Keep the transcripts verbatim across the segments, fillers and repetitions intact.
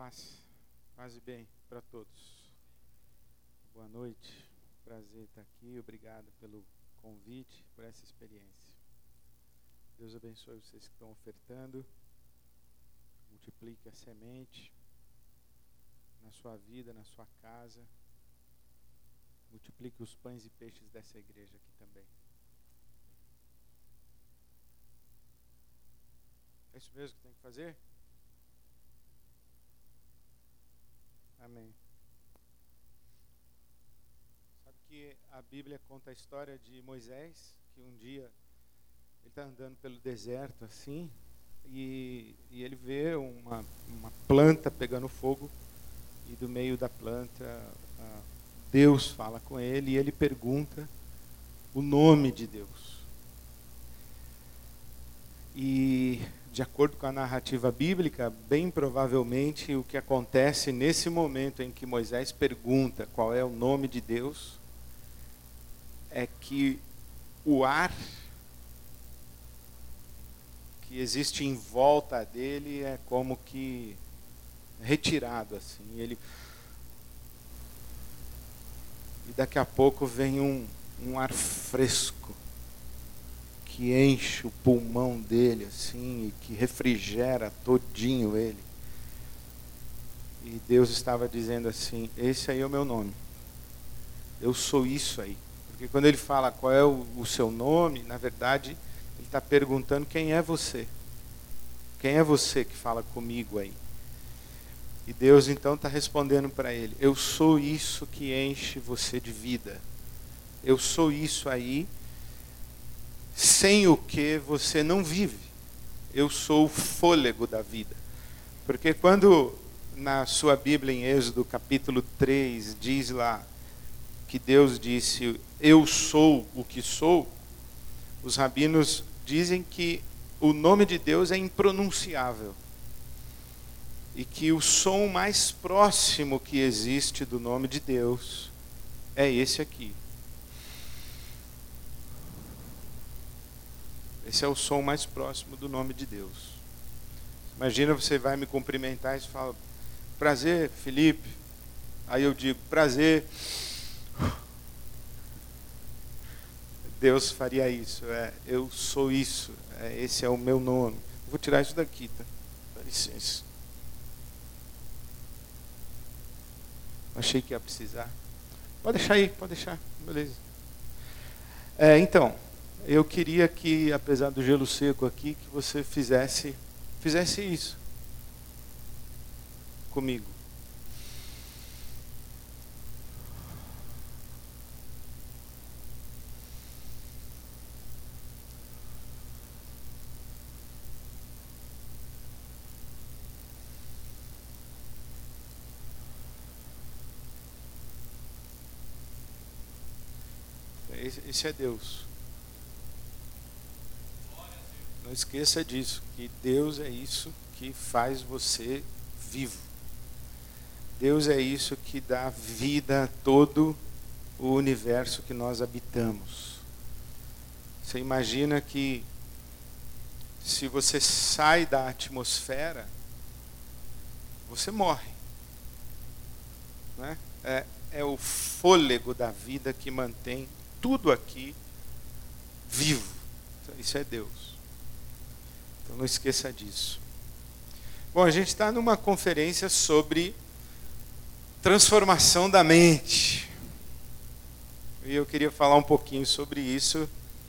Paz, paz e bem para todos. Boa noite, prazer estar aqui, obrigado pelo convite, por essa experiência. Deus abençoe vocês que estão ofertando, multiplique a semente na sua vida, na sua casa, multiplique os pães e peixes dessa igreja aqui também. É isso mesmo que tem que fazer? Amém. Sabe que a Bíblia conta a história de Moisés, que um dia ele está andando pelo deserto assim, e, e ele vê uma, uma planta pegando fogo, e do meio da planta a, Deus fala com ele, e ele pergunta o nome de Deus. E de acordo com a narrativa bíblica, bem provavelmente o que acontece nesse momento em que Moisés pergunta qual é o nome de Deus, é que o ar que existe em volta dele é como que retirado assim. Ele... E daqui a pouco vem um, um ar fresco, que enche o pulmão dele assim, e que refrigera todinho ele. E Deus estava dizendo assim: esse aí é o meu nome, eu sou isso aí. Porque quando ele fala qual é o, o seu nome, na verdade ele está perguntando quem é você, quem é você que fala comigo aí. E Deus então está respondendo para ele: eu sou isso que enche você de vida, eu sou isso aí sem o que você não vive. Eu sou o fôlego da vida. Porque quando na sua Bíblia em Êxodo capítulo três diz lá que Deus disse: eu sou o que sou, os rabinos dizem que o nome de Deus é impronunciável, e que o som mais próximo que existe do nome de Deus é esse aqui. Esse é o som mais próximo do nome de Deus. Imagina, você vai me cumprimentar e você fala: prazer, Felipe. Aí eu digo: prazer. Deus faria isso. É, eu sou isso. É, esse é o meu nome. Vou tirar isso daqui, tá? Dá licença. Achei que ia precisar. Pode deixar aí, pode deixar. Beleza. É, então... eu queria que, apesar do gelo seco aqui, que você fizesse, fizesse isso comigo. Esse, esse é Deus. Não esqueça disso, que Deus é isso que faz você vivo. Deus é isso que dá vida a todo o universo que nós habitamos. Você imagina que se você sai da atmosfera, você morre, né? É, é o fôlego da vida que mantém tudo aqui vivo. Isso é Deus. Então não esqueça disso. Bom, a gente está numa conferência sobre transformação da mente. E eu queria falar um pouquinho sobre isso,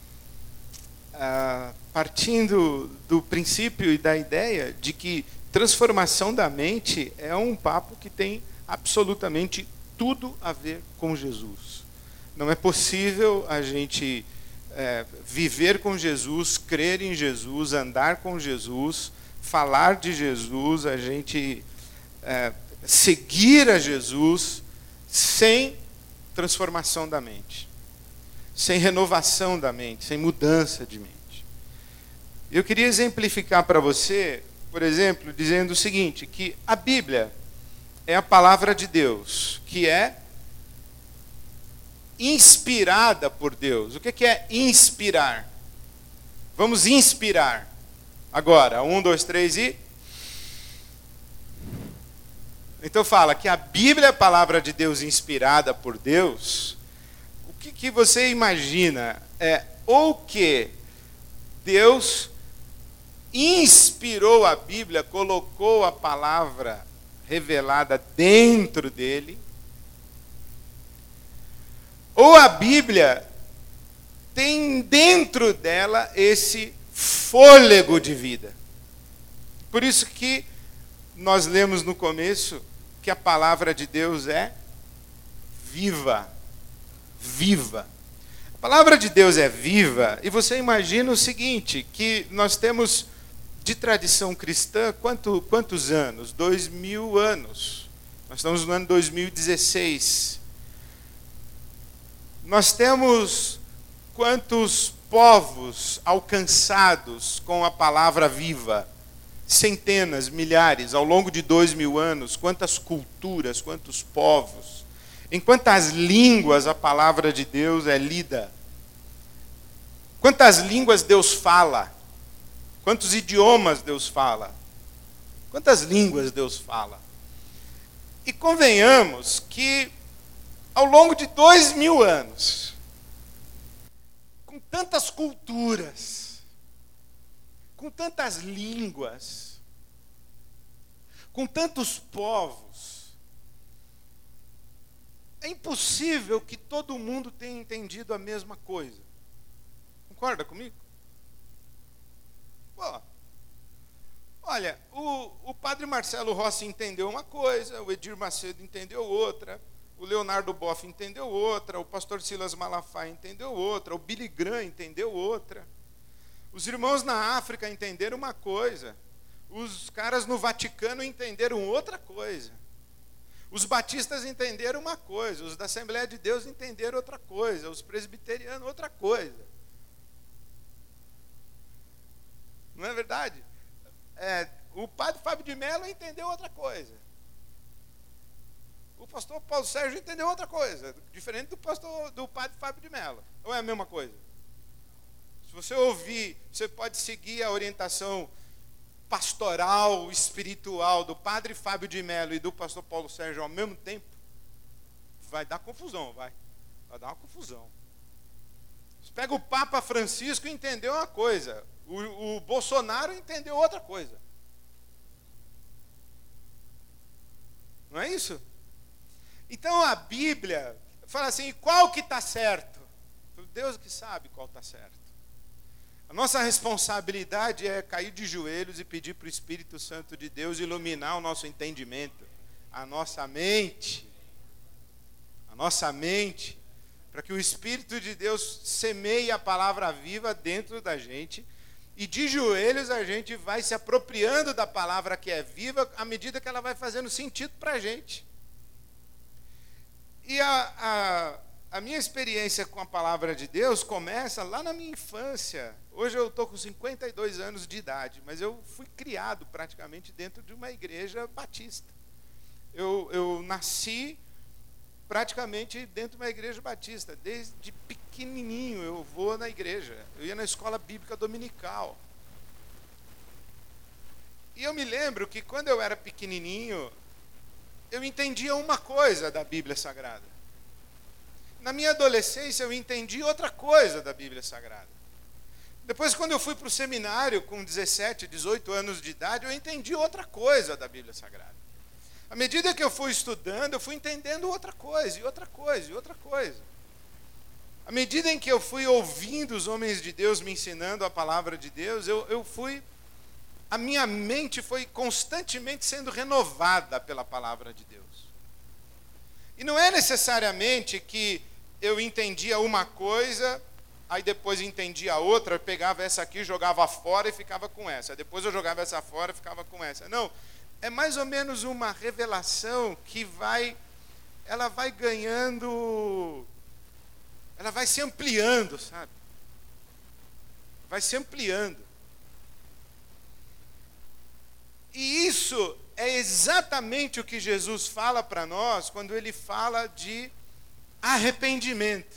ah, partindo do princípio e da ideia de que transformação da mente é um papo que tem absolutamente tudo a ver com Jesus. Não é possível a gente É, viver com Jesus, crer em Jesus, andar com Jesus, falar de Jesus, a gente é, seguir a Jesus sem transformação da mente, sem renovação da mente, sem mudança de mente. Eu queria exemplificar para você, por exemplo, dizendo o seguinte, que a Bíblia é a palavra de Deus, que é inspirada por Deus. O que é inspirar? Vamos inspirar. Agora, um, dois, três e... Então fala que a Bíblia é a palavra de Deus inspirada por Deus. O que, que você imagina? É ou que Deus inspirou a Bíblia, colocou a palavra revelada dentro dele, ou a Bíblia tem dentro dela esse fôlego de vida. Por isso que nós lemos no começo que a palavra de Deus é viva. Viva. A palavra de Deus é viva, e você imagina o seguinte, que nós temos de tradição cristã, quanto, quantos anos? Dois mil anos. Nós estamos no ano dois mil e dezesseis. Nós temos quantos povos alcançados com a palavra viva? Centenas, milhares, ao longo de dois mil anos. Quantas culturas, quantos povos. Em quantas línguas a palavra de Deus é lida? Quantas línguas Deus fala? Quantos idiomas Deus fala? Quantas línguas Deus fala? E convenhamos que, ao longo de dois mil anos, com tantas culturas, com tantas línguas, com tantos povos, é impossível que todo mundo tenha entendido a mesma coisa. Concorda comigo? Pô, olha, o, o padre Marcelo Rossi entendeu uma coisa, o Edir Macedo entendeu outra, o Leonardo Boff entendeu outra, o pastor Silas Malafaia entendeu outra, o Billy Graham entendeu outra. Os irmãos na África entenderam uma coisa, os caras no Vaticano entenderam outra coisa. Os batistas entenderam uma coisa, os da Assembleia de Deus entenderam outra coisa, os presbiterianos outra coisa. Não é verdade? É, o padre Fábio de Mello entendeu outra coisa. O pastor Paulo Sérgio entendeu outra coisa, diferente do pastor do padre Fábio de Mello. Ou é a mesma coisa? Se você ouvir, você pode seguir a orientação pastoral, espiritual do padre Fábio de Mello e do pastor Paulo Sérgio ao mesmo tempo, vai dar confusão, vai. Vai dar uma confusão. Você pega o Papa Francisco e entendeu uma coisa. O, o Bolsonaro entendeu outra coisa. Não é isso? Então a Bíblia fala assim, qual que está certo? Deus que sabe qual está certo. A nossa responsabilidade é cair de joelhos e pedir para o Espírito Santo de Deus iluminar o nosso entendimento, a nossa mente, a nossa mente, para que o Espírito de Deus semeie a palavra viva dentro da gente. E de joelhos a gente vai se apropriando da palavra que é viva à medida que ela vai fazendo sentido para a gente. E a, a, a minha experiência com a palavra de Deus começa lá na minha infância. Hoje eu estou com cinquenta e dois anos de idade, mas eu fui criado praticamente dentro de uma igreja batista. Eu, eu nasci praticamente dentro de uma igreja batista, desde pequenininho eu vou na igreja, eu ia na escola bíblica dominical. E eu me lembro que quando eu era pequenininho, eu entendia uma coisa da Bíblia Sagrada. Na minha adolescência eu entendi outra coisa da Bíblia Sagrada. Depois, quando eu fui para o seminário com dezessete, dezoito anos de idade, eu entendi outra coisa da Bíblia Sagrada. À medida que eu fui estudando, eu fui entendendo outra coisa, e outra coisa, e outra coisa. À medida em que eu fui ouvindo os homens de Deus me ensinando a palavra de Deus, eu, eu fui, a minha mente foi constantemente sendo renovada pela palavra de Deus. E não é necessariamente que eu entendia uma coisa, aí depois entendia outra, eu pegava essa aqui, jogava fora e ficava com essa. Depois eu jogava essa fora e ficava com essa. Não. É mais ou menos uma revelação que vai, ela vai ganhando, ela vai se ampliando, sabe? Vai se ampliando. E isso é exatamente o que Jesus fala para nós quando ele fala de arrependimento.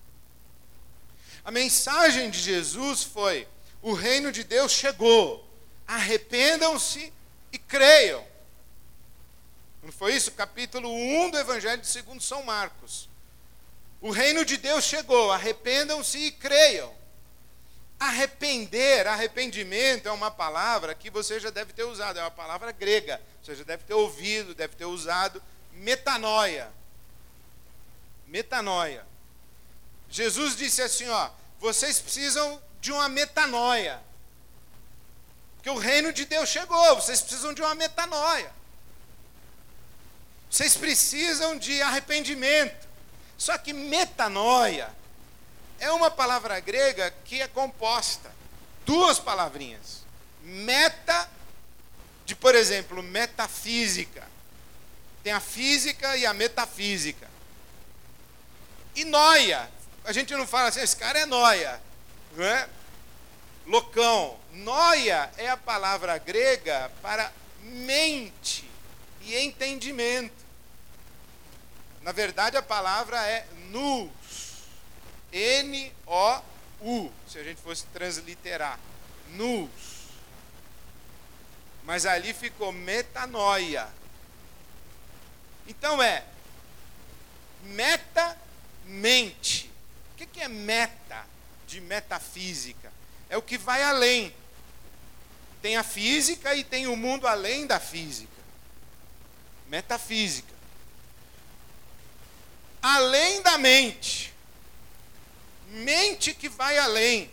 A mensagem de Jesus foi: o reino de Deus chegou, arrependam-se e creiam. Não foi isso? Capítulo um do Evangelho segundo São Marcos. O reino de Deus chegou, arrependam-se e creiam. Arrepender, arrependimento é uma palavra que você já deve ter usado, é uma palavra grega. Você já deve ter ouvido, deve ter usado. Metanoia. Metanoia. Jesus disse assim, ó, vocês precisam de uma metanoia. Porque o reino de Deus chegou, vocês precisam de uma metanoia. Vocês precisam de arrependimento. Só que metanoia é uma palavra grega que é composta. Duas palavrinhas. Meta, de, por exemplo, metafísica. Tem a física e a metafísica. E noia. A gente não fala assim, esse cara é noia. Não é? Loucão. Noia é a palavra grega para mente e entendimento. Na verdade, a palavra é nous. N O U, se a gente fosse transliterar. Nous. Mas ali ficou metanoia. Então é meta-mente. O que é meta de metafísica? É o que vai além. Tem a física e tem o mundo além da física. Metafísica. Além da mente. Mente que vai além.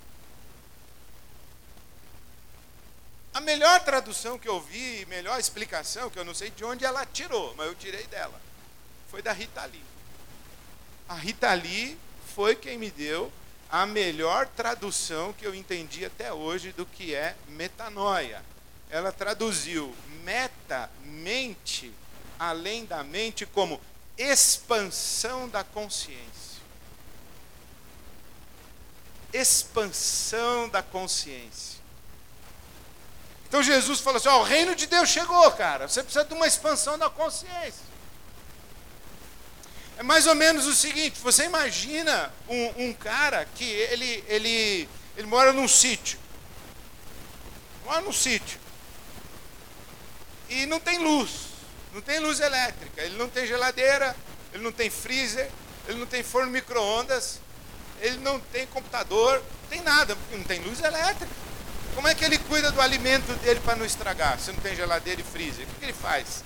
A melhor tradução que eu vi, melhor explicação, que eu não sei de onde ela tirou, mas eu tirei dela, foi da Rita Lee. A Rita Lee foi quem me deu a melhor tradução que eu entendi até hoje do que é metanoia. Ela traduziu meta, mente, além da mente, como expansão da consciência. Expansão da consciência. Então Jesus falou assim, ó, o reino de Deus chegou, cara. Você precisa de uma expansão da consciência. É mais ou menos o seguinte, você imagina um, um cara que ele, ele, ele mora num sítio. Mora num sítio. E não tem luz. Não tem luz elétrica, ele não tem geladeira, ele não tem freezer, ele não tem forno micro-ondas, ele não tem computador, não tem nada, porque não tem luz elétrica. Como é que ele cuida do alimento dele para não estragar, se não tem geladeira e freezer? O que, que ele faz?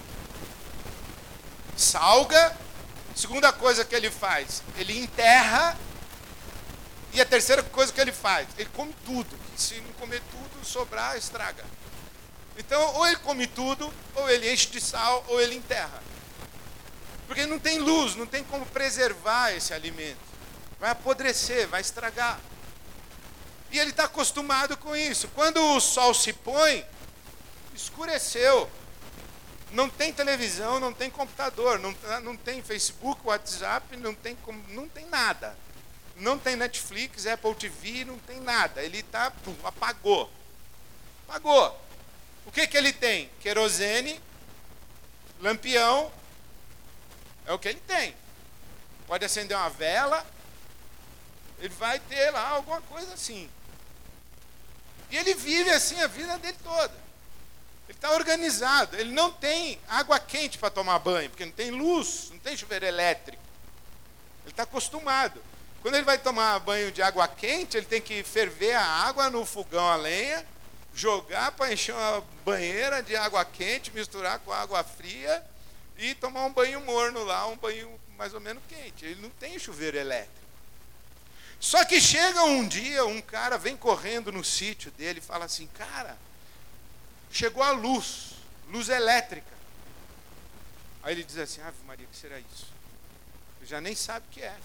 Salga. Segunda coisa que ele faz, ele enterra. E a terceira coisa que ele faz, ele come tudo. Se não comer tudo, sobrar, estraga. Então, ou ele come tudo, ou ele enche de sal, ou ele enterra. Porque não tem luz, não tem como preservar esse alimento. Vai apodrecer, vai estragar. E ele está acostumado com isso. Quando o sol se põe, escureceu. Não tem televisão, não tem computador, não, não tem Facebook, WhatsApp, não tem, não tem nada. Não tem Netflix, Apple T V, não tem nada. Ele está, apagou. Apagou. O que, que ele tem? Querosene, lampião, é o que ele tem. Pode acender uma vela, ele vai ter lá alguma coisa assim. E ele vive assim a vida dele toda. Ele está organizado, ele não tem água quente para tomar banho, porque não tem luz, não tem chuveiro elétrico. Ele está acostumado. Quando ele vai tomar banho de água quente, ele tem que ferver a água no fogão a lenha, jogar para encher uma banheira de água quente, misturar com água fria e tomar um banho morno lá, um banho mais ou menos quente. Ele não tem chuveiro elétrico. Só que chega um dia, um cara vem correndo no sítio dele e fala assim, cara, chegou a luz, luz elétrica. Aí ele diz assim, Ave Maria, o que será isso? Ele já nem sabe o que é.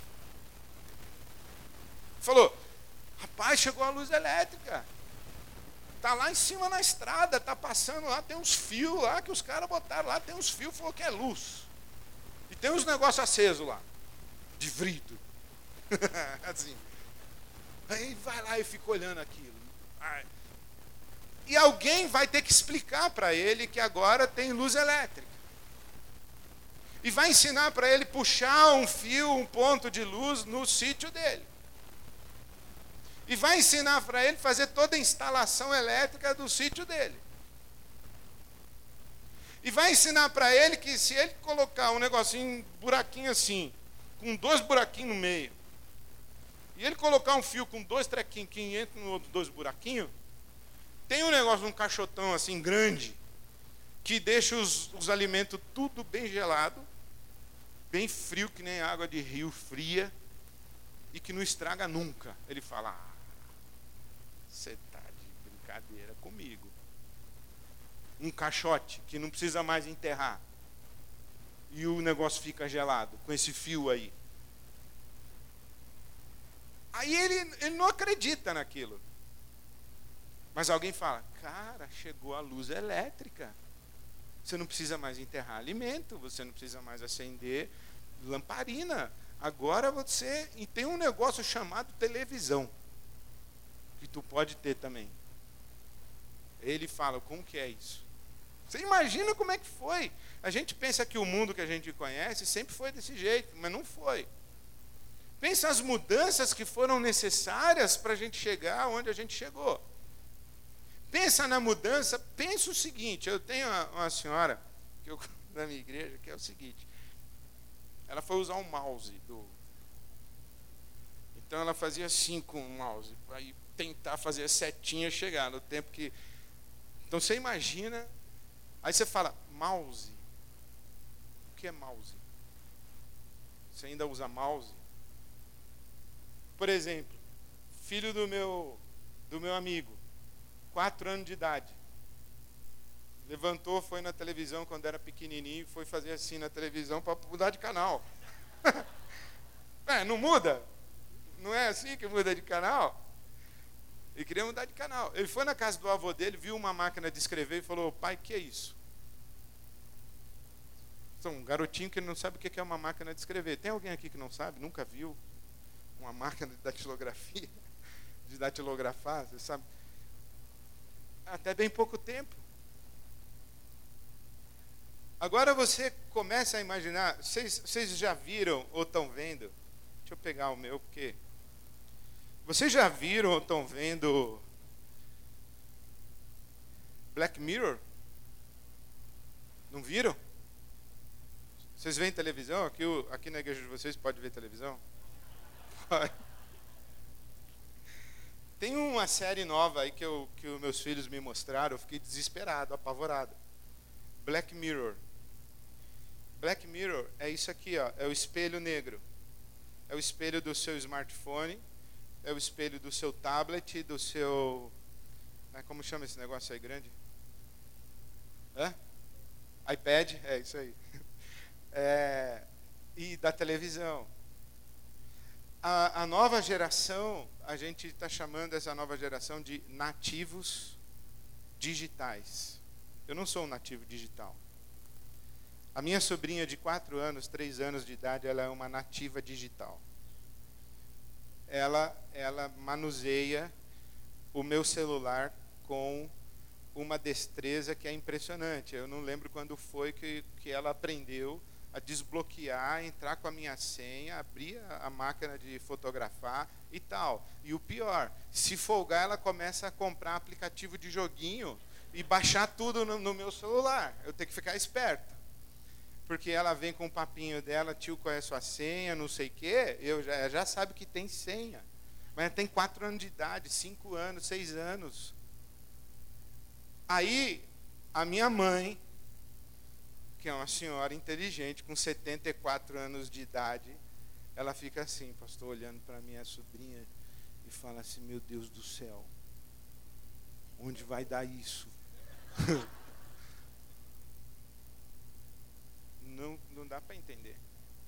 Falou, rapaz, chegou a luz elétrica. Está lá em cima na estrada, está passando lá, tem uns fios lá que os caras botaram lá, tem uns fios, falou que é luz. E tem uns negócios acesos lá, de vidro. Assim. Aí vai lá e fica olhando aquilo. Ai. E alguém vai ter que explicar para ele que agora tem luz elétrica. E vai ensinar para ele puxar um fio, um ponto de luz no sítio dele. E vai ensinar para ele fazer toda a instalação elétrica do sítio dele. E vai ensinar para ele que se ele colocar um negocinho, um buraquinho assim, com dois buraquinhos no meio, e ele colocar um fio com dois trequinhos que entra no outro dois buraquinhos, tem um negócio, um caixotão assim grande, que deixa os, os alimentos tudo bem gelado, bem frio, que nem água de rio fria, e que não estraga nunca. Ele fala, ah, você está de brincadeira comigo. Um caixote que não precisa mais enterrar, e o negócio fica gelado, com esse fio aí. Aí ele, ele não acredita naquilo. Mas alguém fala, cara, chegou a luz elétrica. Você não precisa mais enterrar alimento, você não precisa mais acender lamparina. Agora você... E tem um negócio chamado televisão, que tu pode ter também. Ele fala, como que é isso? Você imagina como é que foi? A gente pensa que o mundo que a gente conhece sempre foi desse jeito, mas não foi. Pensa as mudanças que foram necessárias para a gente chegar onde a gente chegou. Pensa na mudança, pensa o seguinte, eu tenho uma, uma senhora que eu, na minha igreja, que é o seguinte, ela foi usar um mouse do... Então ela fazia assim com o mouse, aí tentar fazer a setinha chegar no tempo que... Então você imagina, aí você fala, mouse, o que é mouse? Você ainda usa mouse? Por exemplo, filho do meu, do meu amigo, quatro anos de idade, levantou, foi na televisão quando era pequenininho, foi fazer assim na televisão para mudar de canal. É, não muda? Não é assim que muda de canal? Ele queria mudar de canal. Ele foi na casa do avô dele, viu uma máquina de escrever e falou, pai, o que é isso? Então, um garotinho que não sabe o que é uma máquina de escrever. Tem alguém aqui que não sabe, nunca viu uma máquina de datilografia? De datilografar, você sabe? Até bem pouco tempo. Agora você começa a imaginar, vocês, vocês já viram ou estão vendo? Deixa eu pegar o meu, porque... Vocês já viram ou estão vendo Black Mirror? Não viram? Vocês veem televisão? Aqui, aqui na igreja de vocês pode ver televisão? Pode. Tem uma série nova aí que, eu, que os meus filhos me mostraram, eu fiquei desesperado, apavorado. Black Mirror. Black Mirror é isso aqui, ó, é o espelho negro. É o espelho do seu smartphone, é o espelho do seu tablet, do seu... Como chama esse negócio aí grande? Hã? iPad, é isso aí. É, e da televisão. A, a nova geração, a gente está chamando essa nova geração de nativos digitais. Eu não sou um nativo digital. A minha sobrinha de quatro anos, três anos de idade, ela é uma nativa digital. Ela, ela manuseia o meu celular com uma destreza que é impressionante. Eu não lembro quando foi que, que ela aprendeu a desbloquear, entrar com a minha senha, abrir a, a máquina de fotografar e tal. E o pior, se folgar, ela começa a comprar aplicativo de joguinho e baixar tudo no, no meu celular. Eu tenho que ficar esperto. Porque ela vem com o papinho dela, tio, qual é a sua senha, não sei o quê, eu já, ela já sabe que tem senha. Mas ela tem quatro anos de idade, cinco anos, seis anos. Aí, a minha mãe, que é uma senhora inteligente, com setenta e quatro anos de idade, ela fica assim, pastor, olhando para minha sobrinha e fala assim, meu Deus do céu, onde vai dar isso? Não, não dá para entender.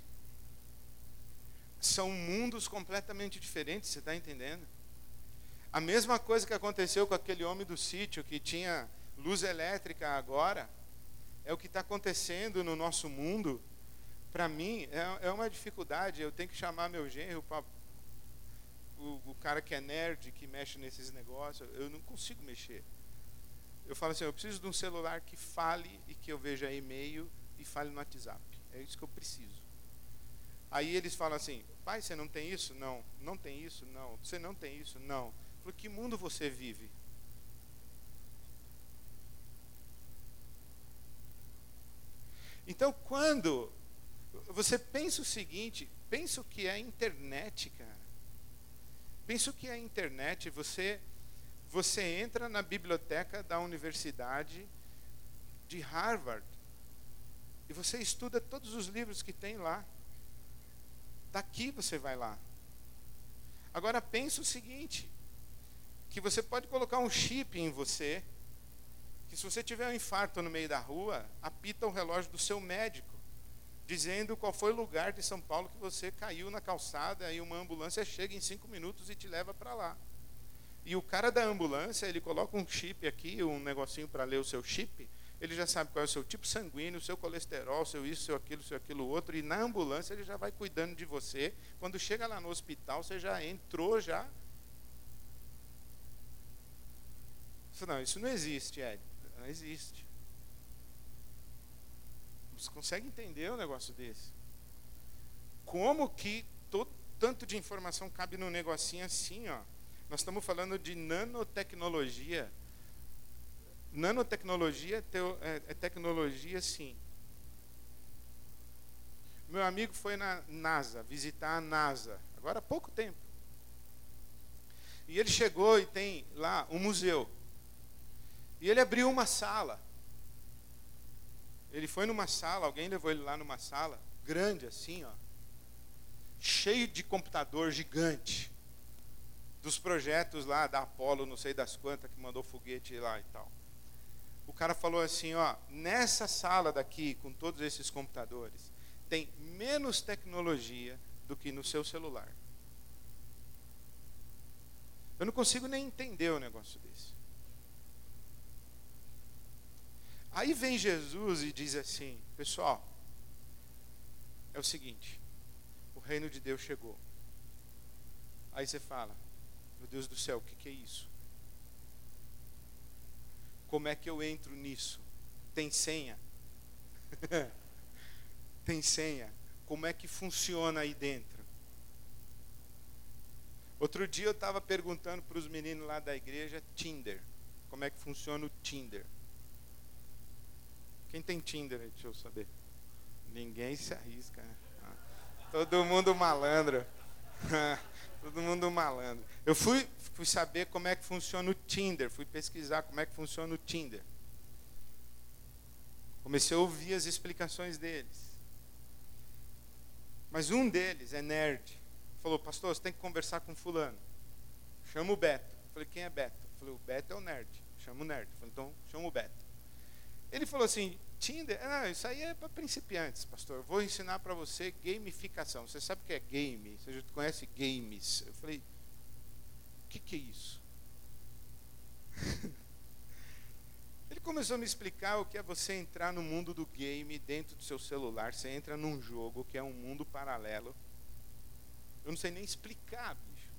São mundos completamente diferentes, você está entendendo? A mesma coisa que aconteceu com aquele homem do sítio que tinha luz elétrica agora, é o que está acontecendo no nosso mundo. Para mim, é, é uma dificuldade. Eu tenho que chamar meu genro, pra, o, o cara que é nerd, que mexe nesses negócios. Eu não consigo mexer. Eu falo assim, eu preciso de um celular que fale e que eu veja e-mail e fale no WhatsApp. É isso que eu preciso. Aí eles falam assim, pai, você não tem isso? Não. Não tem isso? Não. Você não tem isso? Não. Eu falo, que mundo você vive? Então, quando você pensa o seguinte, pensa o que é a internet, cara. Pensa o que é a internet, você, você entra na biblioteca da Universidade de Harvard e você estuda todos os livros que tem lá. Daqui você vai lá. Agora pensa o seguinte, que você pode colocar um chip em você, que se você tiver um infarto no meio da rua, apita o relógio do seu médico, dizendo qual foi o lugar de São Paulo que você caiu na calçada, e uma ambulância chega em cinco minutos e te leva para lá. E o cara da ambulância, ele coloca um chip aqui, um negocinho para ler o seu chip, ele já sabe qual é o seu tipo sanguíneo, o seu colesterol, seu isso, seu aquilo, seu aquilo outro, e na ambulância ele já vai cuidando de você. Quando chega lá no hospital, você já entrou, já... Não, isso não existe, Ed. Não existe. Você consegue entender um negócio desse? Como que todo tanto de informação cabe num negocinho assim, ó? Nós estamos falando de nanotecnologia. Nanotecnologia é, é tecnologia, sim. Meu amigo foi na NASA, visitar a NASA, agora há pouco tempo. E ele chegou e tem lá um museu. E ele abriu uma sala. Ele foi numa sala, alguém levou ele lá numa sala, grande assim, ó, cheio de computador gigante, dos projetos lá da Apollo, não sei das quantas, que mandou foguete lá e tal. O cara falou assim, ó, nessa sala daqui, com todos esses computadores, tem menos tecnologia do que no seu celular. Eu não consigo nem entender um negócio desse. Aí vem Jesus e diz assim, pessoal, é o seguinte, o reino de Deus chegou. Aí você fala, meu Deus do céu, o que, que é isso? Como é que eu entro nisso? Tem senha? Tem senha? Como é que funciona aí dentro? Outro dia eu estava perguntando para os meninos lá da igreja, Tinder. Como é que funciona o Tinder? Quem tem Tinder aí? Deixa eu saber. Ninguém se arrisca, né? Ah, todo mundo malandro. Todo mundo malandro. Eu fui, fui saber como é que funciona o Tinder. Fui pesquisar como é que funciona o Tinder. Comecei a ouvir as explicações deles. Mas um deles é nerd. Falou, pastor, você tem que conversar com fulano. Chama o Beto. Eu falei, quem é Beto? Eu falei, o Beto é o nerd. Chama o nerd. Eu falei, então chama o Beto. Ele falou assim, Tinder, não, isso aí é para principiantes, pastor. Vou ensinar para você gamificação. Você sabe o que é game? Você já conhece games? Eu falei, o que, que é isso? Ele começou a me explicar o que é você entrar no mundo do game dentro do seu celular. Você entra num jogo que é um mundo paralelo. Eu não sei nem explicar, bicho.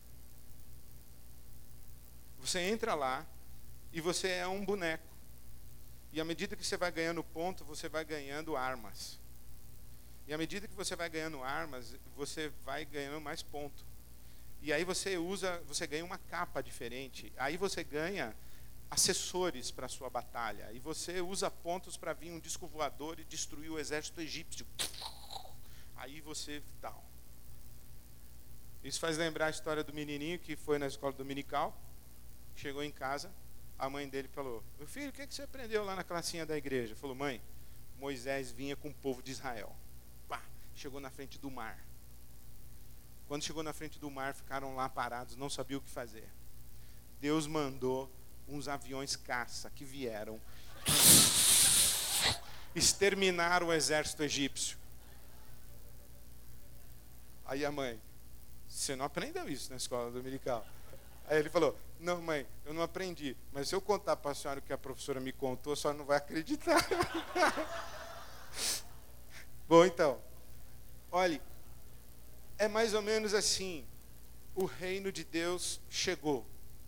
Você entra lá e você é um boneco. E à medida que você vai ganhando ponto, você vai ganhando armas. E à medida que você vai ganhando armas, você vai ganhando mais ponto. E aí você usa, você ganha uma capa diferente. Aí você ganha assessores para a sua batalha. E você usa pontos para vir um disco voador e destruir o exército egípcio. Aí você tal. Isso faz lembrar a história do menininho que foi na escola dominical, chegou em casa. A mãe dele falou, meu filho, o que, é que você aprendeu lá na classinha da igreja? Falou, mãe, Moisés vinha com o povo de Israel. Pá, chegou na frente do mar. Quando chegou na frente do mar, ficaram lá parados, não sabiam o que fazer. Deus mandou uns aviões caça que vieram, exterminaram o exército egípcio. Aí a mãe, você não aprendeu isso na escola dominical? Aí ele falou, não mãe, eu não aprendi, mas se eu contar para a senhora o que a professora me contou, a senhora não vai acreditar. Bom, então, olhe, é mais ou menos assim, o reino de Deus chegou.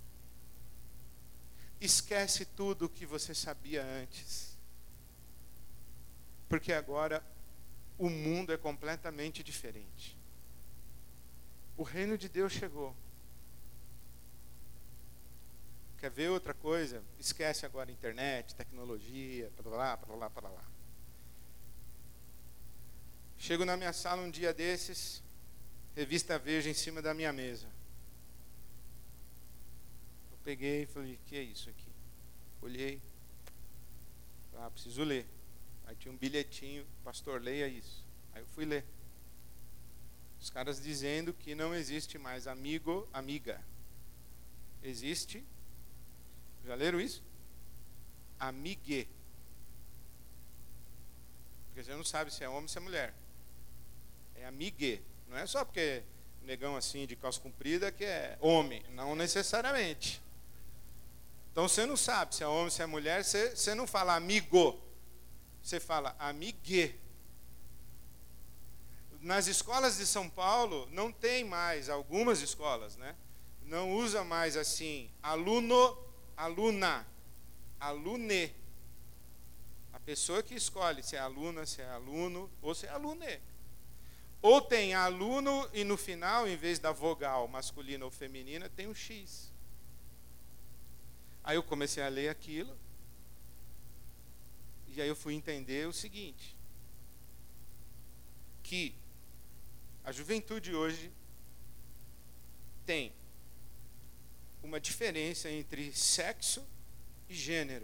Esquece tudo o que você sabia antes, porque agora o mundo é completamente diferente. O reino de Deus chegou. Quer ver outra coisa? Esquece agora internet, tecnologia, para lá, para lá, para lá. Chego na minha sala um dia desses, revista Veja em cima da minha mesa. Eu peguei e falei, que é isso aqui? Olhei. Ah, preciso ler. Aí tinha um bilhetinho, pastor, leia isso. Aí eu fui ler. Os caras dizendo que não existe mais amigo, amiga. Existe, já leram isso? Amigue. Porque você não sabe se é homem ou se é mulher. É amigue. Não é só porque negão assim de calça comprida que é homem. Não necessariamente. Então você não sabe se é homem ou se é mulher. Você, você não fala amigo. Você fala amigue. Nas escolas de São Paulo não tem mais, algumas escolas, né? Não usa mais assim, aluno, aluna, alune. A pessoa que escolhe se é aluna, se é aluno ou se é alune. Ou tem aluno e no final, em vez da vogal masculina ou feminina, tem um X. Aí eu comecei a ler aquilo. E aí eu fui entender o seguinte. Que a juventude hoje tem uma diferença entre sexo e gênero.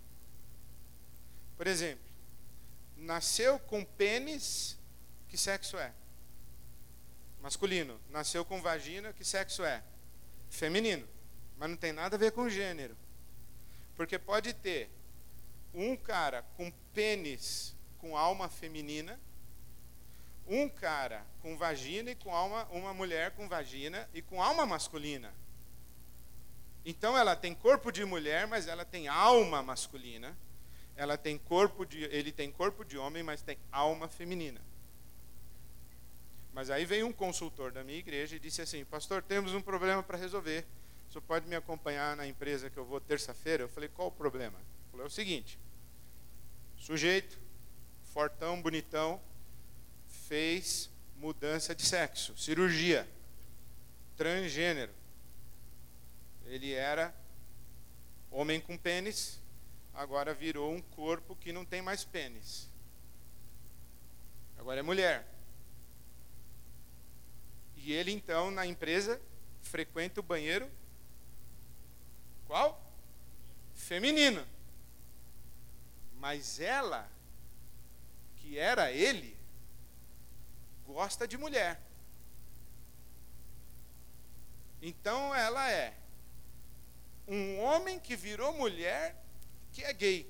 Por exemplo, nasceu com pênis, que sexo é? Masculino. Nasceu com vagina, que sexo é? Feminino. Mas não tem nada a ver com gênero. Porque pode ter um cara com pênis com alma feminina, um cara com vagina e com alma, uma mulher com vagina e com alma masculina. Então ela tem corpo de mulher, mas ela tem alma masculina. Ela tem corpo de, ele tem corpo de homem, mas tem alma feminina. Mas aí veio um consultor da minha igreja e disse assim: pastor, temos um problema para resolver. O senhor pode me acompanhar na empresa que eu vou terça-feira? Eu falei, qual o problema? Ele falou, é o seguinte: sujeito, fortão, bonitão, fez mudança de sexo, cirurgia, transgênero. Ele era homem com pênis, agora virou um corpo que não tem mais pênis. Agora é mulher. E ele então na empresa frequenta o banheiro qual? Feminino. Mas ela, que era ele, gosta de mulher. Então ela é um homem que virou mulher que é gay.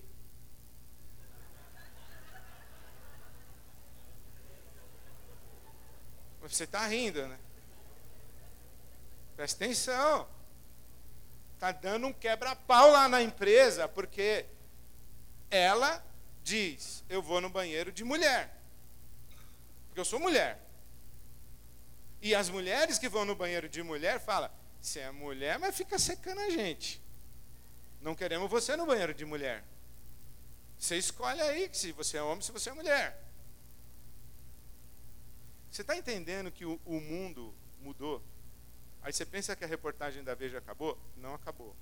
Você está rindo, né? Presta atenção. Está dando um quebra-pau lá na empresa, porque ela diz, eu vou no banheiro de mulher. Porque eu sou mulher. E as mulheres que vão no banheiro de mulher falam, você é mulher, mas fica secando a gente. Não queremos você no banheiro de mulher. Você escolhe aí se você é homem, se você é mulher. Você está entendendo que o, o mundo mudou? Aí você pensa que a reportagem da Veja acabou? Não acabou.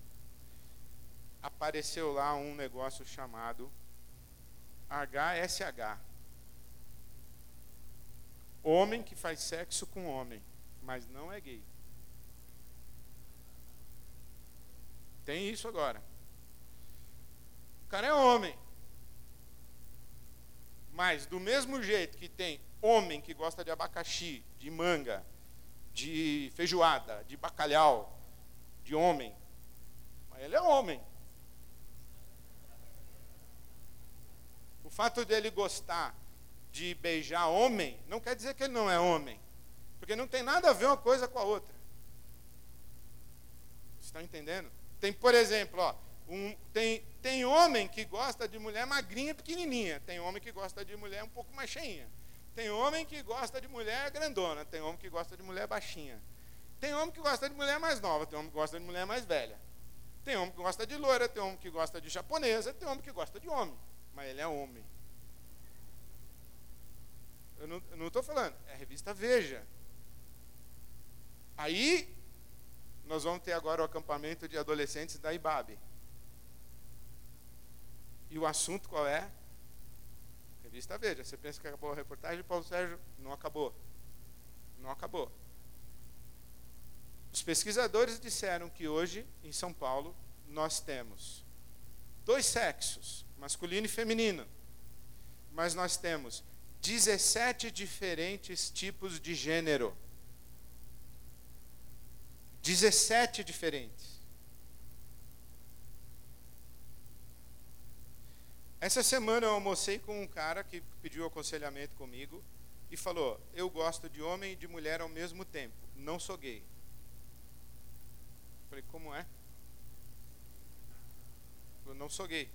Apareceu lá um negócio chamado H S H. Homem que faz sexo com homem, mas não é gay. Tem isso agora. O cara é homem. Mas do mesmo jeito que tem homem que gosta de abacaxi, de manga, de feijoada, de bacalhau, de homem. Mas ele é homem. O fato dele gostar de beijar homem não quer dizer que ele não é homem. Porque não tem nada a ver uma coisa com a outra. Vocês estão entendendo? Tem, por exemplo, ó, um, tem, tem homem que gosta de mulher magrinha, pequenininha. Tem homem que gosta de mulher um pouco mais cheinha. Tem homem que gosta de mulher grandona. Tem homem que gosta de mulher baixinha. Tem homem que gosta de mulher mais nova. Tem homem que gosta de mulher mais velha. Tem homem que gosta de loira. Tem homem que gosta de japonesa. Tem homem que gosta de homem. Mas ele é homem. Eu não, eu não estou falando. É a revista Veja. Aí, nós vamos ter agora o acampamento de adolescentes da I B A B. E o assunto qual é? Revista Veja. Você pensa que acabou a reportagem, Paulo Sérgio? Não acabou. Não acabou. Os pesquisadores disseram que hoje, em São Paulo, nós temos dois sexos, masculino e feminino. Mas nós temos dezessete diferentes tipos de gênero. dezessete diferentes. Essa semana eu almocei com um cara que pediu aconselhamento comigo e falou: eu gosto de homem e de mulher ao mesmo tempo, não sou gay. Eu falei: como é? Eu não sou gay.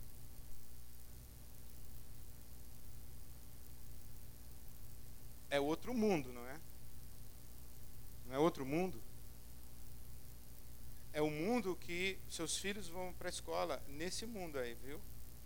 É outro mundo, não é? Não é outro mundo? É o mundo que seus filhos vão para a escola, nesse mundo aí, viu?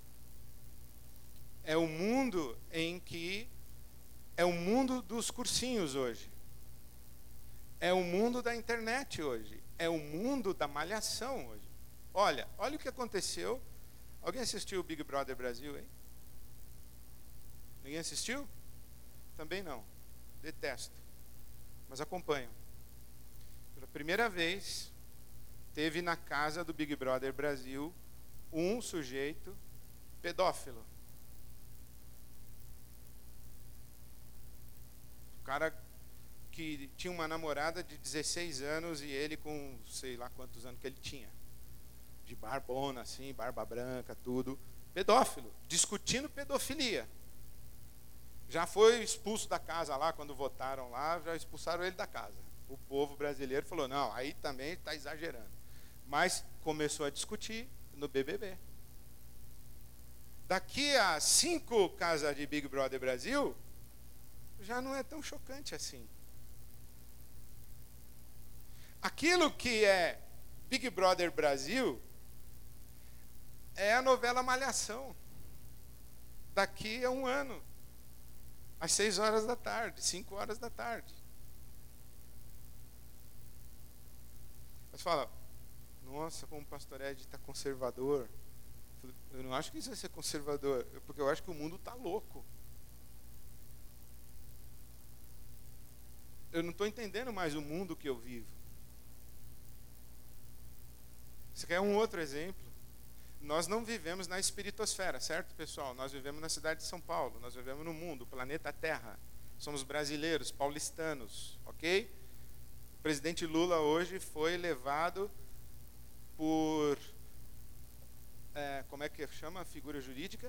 É o mundo em que é o mundo dos cursinhos hoje. É o mundo da internet hoje. É o mundo da malhação hoje. Olha, olha o que aconteceu. Alguém assistiu o Big Brother Brasil, hein? Ninguém assistiu? Também não. Detesto. Mas acompanho. Pela primeira vez, teve na casa do Big Brother Brasil um sujeito pedófilo. O cara que tinha uma namorada de dezesseis anos e ele com sei lá quantos anos que ele tinha. De barbona, assim, barba branca, tudo. Pedófilo, discutindo pedofilia. Já foi expulso da casa lá, quando votaram lá, já expulsaram ele da casa. O povo brasileiro falou: não, aí também está exagerando. Mas começou a discutir no B B B. Daqui a cinco casas de Big Brother Brasil, já não é tão chocante assim. Aquilo que é Big Brother Brasil é a novela Malhação. Daqui a um ano, às seis horas da tarde, cinco horas da tarde. Você fala: nossa, como o pastor Ed está conservador. Eu não acho que isso vai ser conservador, porque eu acho que o mundo está louco. Eu não estou entendendo mais o mundo que eu vivo. Você quer um outro exemplo? Nós não vivemos na espiritosfera, certo, pessoal? Nós vivemos na cidade de São Paulo, nós vivemos no mundo, planeta Terra. Somos brasileiros, paulistanos, ok? O presidente Lula hoje foi levado por... É, como é que chama a figura jurídica?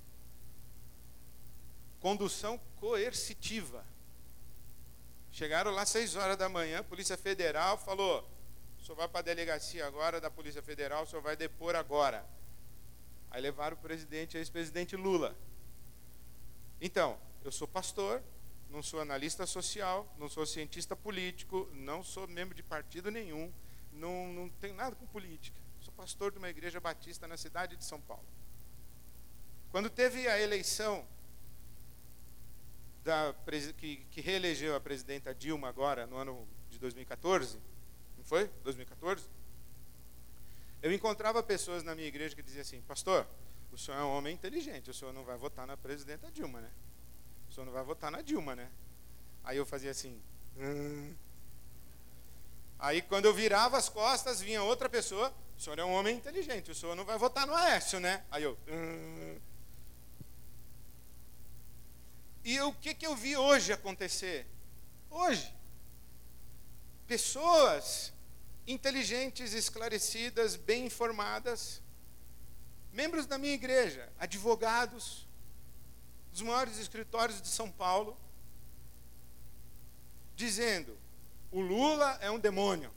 Condução coercitiva. Chegaram lá às seis horas da manhã, a Polícia Federal falou: o senhor vai para a delegacia agora da Polícia Federal, o senhor vai depor agora. Aí levaram o presidente, ex-presidente Lula. Então, eu sou pastor, não sou analista social, não sou cientista político, não sou membro de partido nenhum, não, não tenho nada com política. Sou pastor de uma igreja batista na cidade de São Paulo. Quando teve a eleição da, que, que reelegeu a presidenta Dilma agora, no ano de dois mil e quatorze, não foi? dois mil e quatorze? Eu encontrava pessoas na minha igreja que diziam assim: pastor, o senhor é um homem inteligente, o senhor não vai votar na presidenta Dilma, né? O senhor não vai votar na Dilma, né? Aí eu fazia assim... Hum. Aí quando eu virava as costas, vinha outra pessoa: o senhor é um homem inteligente, o senhor não vai votar no Aécio, né? Aí eu... Hum. E o que, que eu vi hoje acontecer? Hoje. Pessoas inteligentes, esclarecidas, bem informadas, membros da minha igreja, advogados, dos maiores escritórios de São Paulo, dizendo: o Lula é um demônio.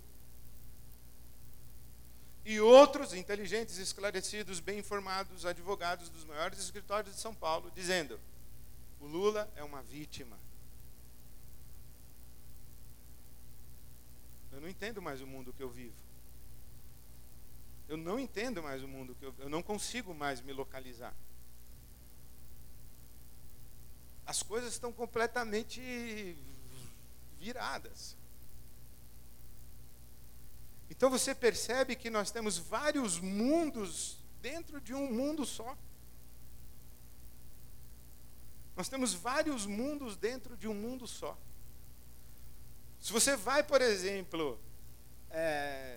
E outros inteligentes, esclarecidos, bem informados, advogados dos maiores escritórios de São Paulo, dizendo: o Lula é uma vítima. Eu não entendo mais o mundo que eu vivo. Eu não entendo mais o mundo que eu vivo. Eu não consigo mais me localizar. As coisas estão completamente viradas. Então você percebe que nós temos vários mundos dentro de um mundo só. Nós temos vários mundos dentro de um mundo só. Se você vai, por exemplo, é,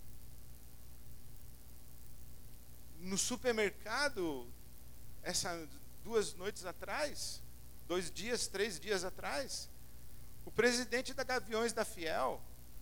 no supermercado, essas duas noites atrás, dois dias, três dias atrás, o presidente da Gaviões da Fiel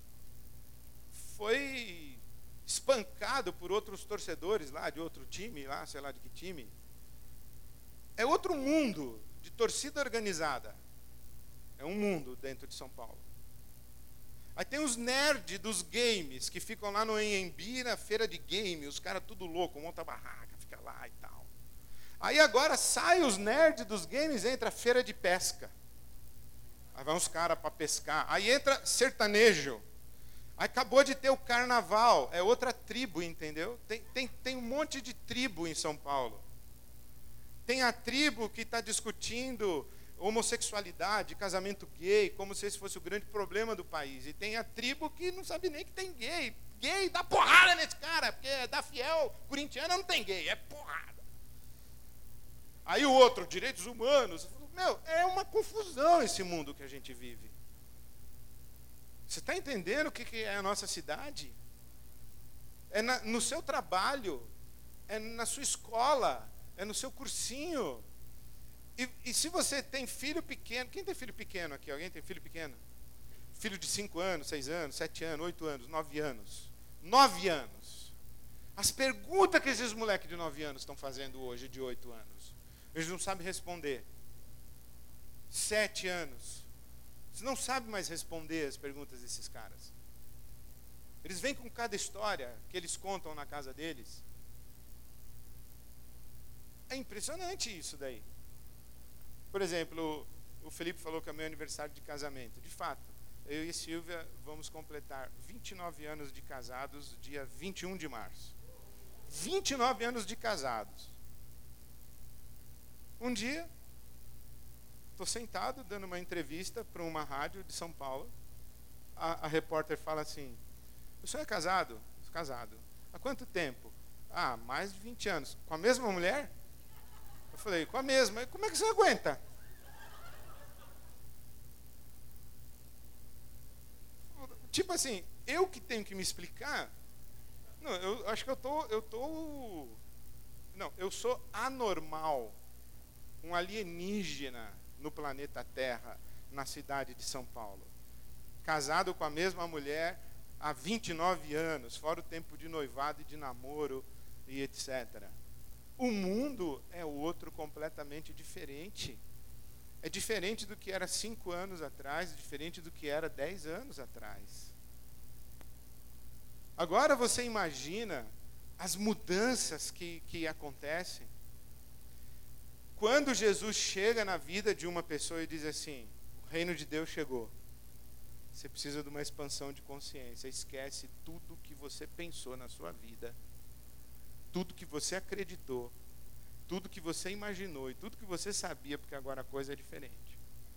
foi espancado por outros torcedores lá, de outro time, lá, sei lá de que time. É outro mundo de torcida organizada. É um mundo dentro de São Paulo. Aí tem os nerds dos games, que ficam lá no Anhembi, na feira de game, os caras tudo louco, monta barraca, fica lá e tal. Aí agora sai os nerds dos games, entra a feira de pesca. Aí vai uns caras para pescar. Aí entra sertanejo. Aí acabou de ter o carnaval, é outra tribo, entendeu? Tem, tem, tem um monte de tribo em São Paulo. Tem a tribo que está discutindo homossexualidade, casamento gay, como se esse fosse o grande problema do país. E tem a tribo que não sabe nem que tem gay. Gay dá porrada nesse cara, porque da Fiel corintiana não tem gay, é porrada. Aí o outro, direitos humanos. Meu, é uma confusão esse mundo que a gente vive. Você está entendendo o que, que é a nossa cidade? É na, no seu trabalho, é na sua escola, é no seu cursinho. E, e se você tem filho pequeno, quem tem filho pequeno aqui? Alguém tem filho pequeno? Filho de cinco anos, seis anos, sete anos, oito anos, nove anos. Nove anos. As perguntas que esses moleques de nove anos estão fazendo hoje, de oito anos, eles não sabem responder. Sete anos. Você não sabe mais responder as perguntas desses caras. Eles vêm com cada história que eles contam na casa deles. É impressionante isso daí. Por exemplo, o Felipe falou que é meu aniversário de casamento. De fato, eu e Silvia vamos completar vinte e nove anos de casados, dia vinte e um de março. vinte e nove anos de casados. Um dia, estou sentado dando uma entrevista para uma rádio de São Paulo. A, a repórter fala assim: o senhor é casado? Sou casado. Há quanto tempo? Ah, mais de vinte anos. Com a mesma mulher? Eu falei, com a mesma. Como é que você aguenta? Tipo assim, eu que tenho que me explicar. Não, eu acho que eu tô, eu tô. Não, eu sou anormal, um alienígena no planeta Terra, na cidade de São Paulo. Casado com a mesma mulher há vinte e nove anos, fora o tempo de noivado e de namoro e etcétera. O mundo é outro completamente diferente. É diferente do que era cinco anos atrás, diferente do que era dez anos atrás. Agora você imagina as mudanças que, que acontecem. Quando Jesus chega na vida de uma pessoa e diz assim: o reino de Deus chegou. Você precisa de uma expansão de consciência. Esquece tudo que você pensou na sua vida, tudo que você acreditou, tudo que você imaginou e tudo que você sabia, porque agora a coisa é diferente.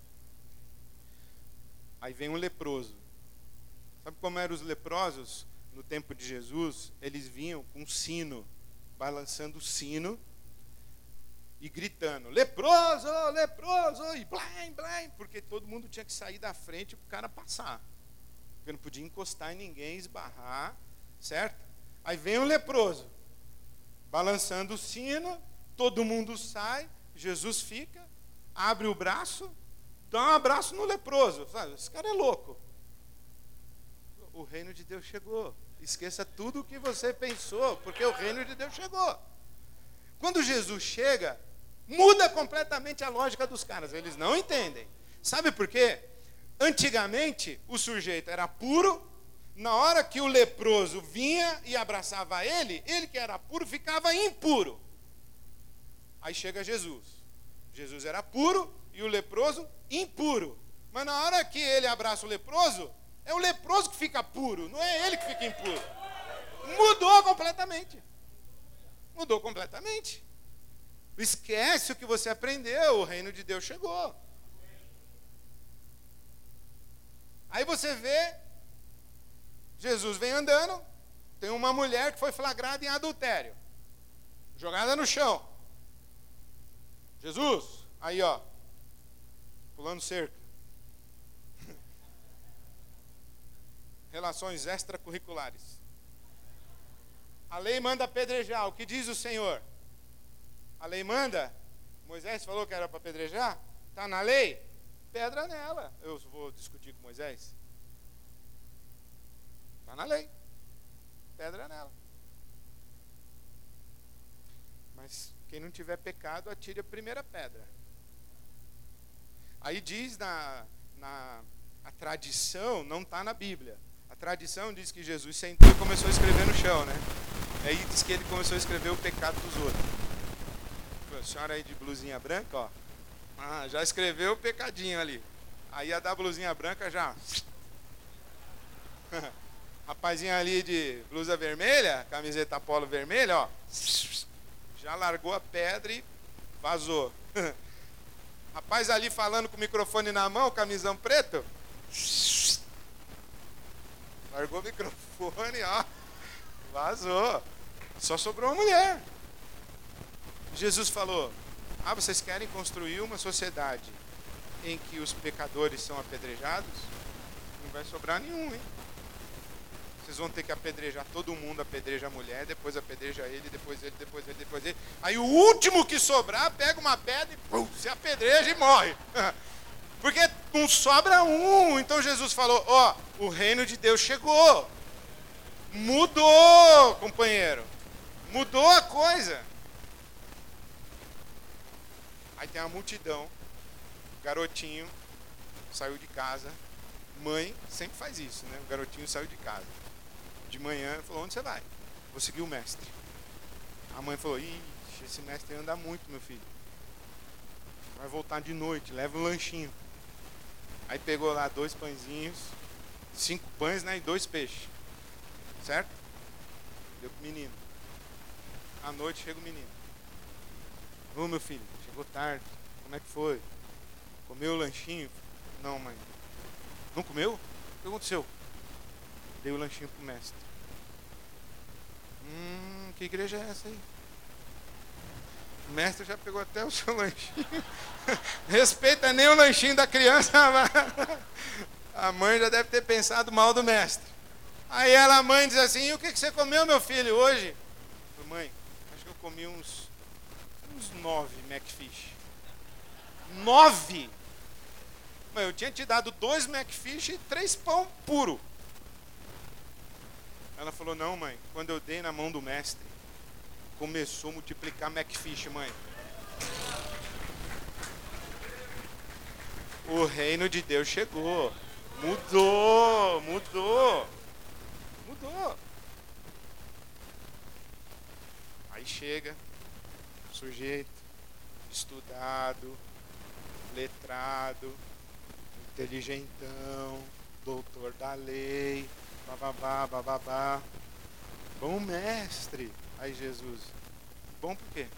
Aí vem um leproso. Sabe como eram os leprosos no tempo de Jesus? Eles vinham com um sino, balançando o sino e gritando: leproso, leproso, e blém, blém, porque todo mundo tinha que sair da frente para o cara passar, porque não podia encostar em ninguém, esbarrar, certo? Aí vem o leproso, balançando o sino, todo mundo sai, Jesus fica, abre o braço, dá um abraço no leproso. Esse cara é louco. O reino de Deus chegou. Esqueça tudo o que você pensou, porque o reino de Deus chegou. Quando Jesus chega, muda completamente a lógica dos caras. Eles não entendem. Sabe por quê? Antigamente, o sujeito era puro. Na hora que o leproso vinha e abraçava ele, ele que era puro ficava impuro. Aí chega Jesus. Jesus era puro e o leproso impuro. Mas na hora que ele abraça o leproso, é o leproso que fica puro, não é ele que fica impuro. Mudou completamente. Mudou completamente. Esquece o que você aprendeu, o reino de Deus chegou. Aí você vê, Jesus vem andando, tem uma mulher que foi flagrada em adultério, jogada no chão. Jesus, aí ó, Pulando cerca. Relações extracurriculares. A lei manda apedrejar. O que diz o Senhor? A lei manda? Moisés falou que era para apedrejar? Está na lei? Pedra nela. Eu vou discutir com Moisés. Está na lei. Pedra nela. Mas quem não tiver pecado, atire a primeira pedra. Aí diz na, na a tradição, não está na Bíblia. A tradição diz que Jesus sentou e começou a escrever no chão, né? Aí diz que ele começou a escrever o pecado dos outros. A senhora aí de blusinha branca, ó. Ah, já escreveu o pecadinho ali. Aí a da blusinha branca já. Rapazinho ali de blusa vermelha, camiseta polo vermelha, ó. Já largou a pedra e vazou. Rapaz ali falando com o microfone na mão, camisão preto. Largou o microfone, ó. Vazou. Só sobrou uma mulher. Jesus falou: ah, vocês querem construir uma sociedade em que os pecadores são apedrejados? Não vai sobrar nenhum, hein? Vocês vão ter que apedrejar todo mundo, apedreja a mulher, depois apedreja ele, depois ele, depois ele, depois ele. Aí o último que sobrar, pega uma pedra e pum, se apedreja e morre. Porque não sobra um. Então Jesus falou: ó, o reino de Deus chegou. Mudou, companheiro. Mudou a coisa. Aí tem uma multidão. Garotinho saiu de casa. Mãe sempre faz isso, né? O garotinho saiu de casa. De manhã falou: onde você vai? Vou seguir o mestre. A mãe falou: ixi, esse mestre anda muito, meu filho. Vai voltar de noite, leva um lanchinho. Aí pegou lá dois pãezinhos, cinco pães, né? E dois peixes. Certo? Deu pro menino. À noite chega o menino. Ô, meu filho, chegou tarde. Como é que foi? Comeu o lanchinho? Não, mãe. Não comeu? O que aconteceu? Dei o lanchinho pro mestre. Hum, que igreja é essa aí? O mestre já pegou até o seu lanchinho. Respeita nem o lanchinho da criança. A mãe já deve ter pensado mal do mestre. Aí ela, a mãe, diz assim: e o que você comeu, meu filho, hoje? Eu falei: mãe, acho que eu comi uns, uns nove McFish. Nove? Mãe, eu tinha te dado dois McFish e três pão puro. Ela falou: não, mãe, quando eu dei na mão do mestre, começou a multiplicar McFish, mãe. O reino de Deus chegou. Mudou, mudou. Mudou. Aí chega o sujeito estudado, letrado, inteligentão, doutor da lei, bababá, bababá. Bom mestre. Aí Jesus: bom por quê?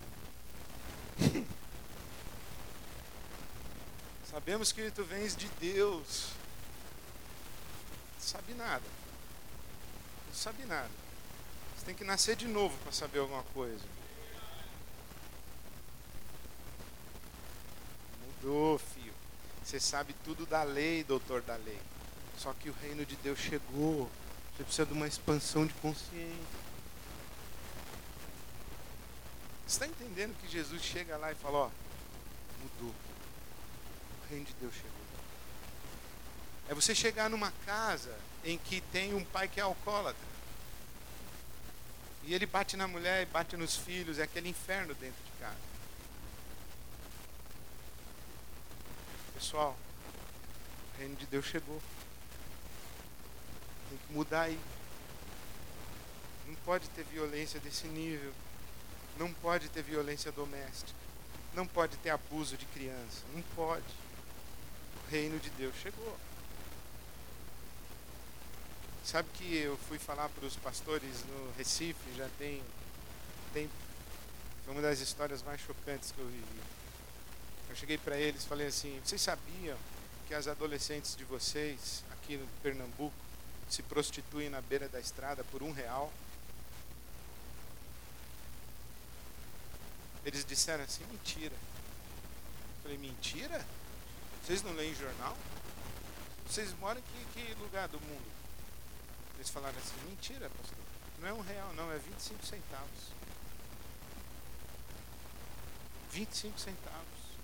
Sabemos que tu vens de Deus. Não sabe nada. Não sabe nada. Você tem que nascer de novo para saber alguma coisa. Mudou, filho. Você sabe tudo da lei, doutor da lei. Só que o reino de Deus chegou. Você precisa de uma expansão de consciência. Você está entendendo que Jesus chega lá e fala: ó, mudou. O reino de Deus chegou. É você chegar numa casa em que tem um pai que é alcoólatra. E ele bate na mulher e bate nos filhos. É aquele inferno dentro de casa. Pessoal, o reino de Deus chegou. Tem que mudar aí. Não pode ter violência desse nível. Não pode ter violência doméstica. Não pode ter abuso de criança. Não pode. O reino de Deus chegou. Sabe que eu fui falar para os pastores no Recife, já tem tempo. Foi uma das histórias mais chocantes que eu vivi. Eu cheguei para eles e falei assim: vocês sabiam que as adolescentes de vocês, aqui no Pernambuco, se prostituem na beira da estrada por um real? Eles disseram assim: mentira. Eu falei: mentira? Vocês não leem jornal? Vocês moram em que, que lugar do mundo? Eles falaram assim, mentira, pastor. Não é um real, não, é vinte e cinco centavos. vinte e cinco centavos.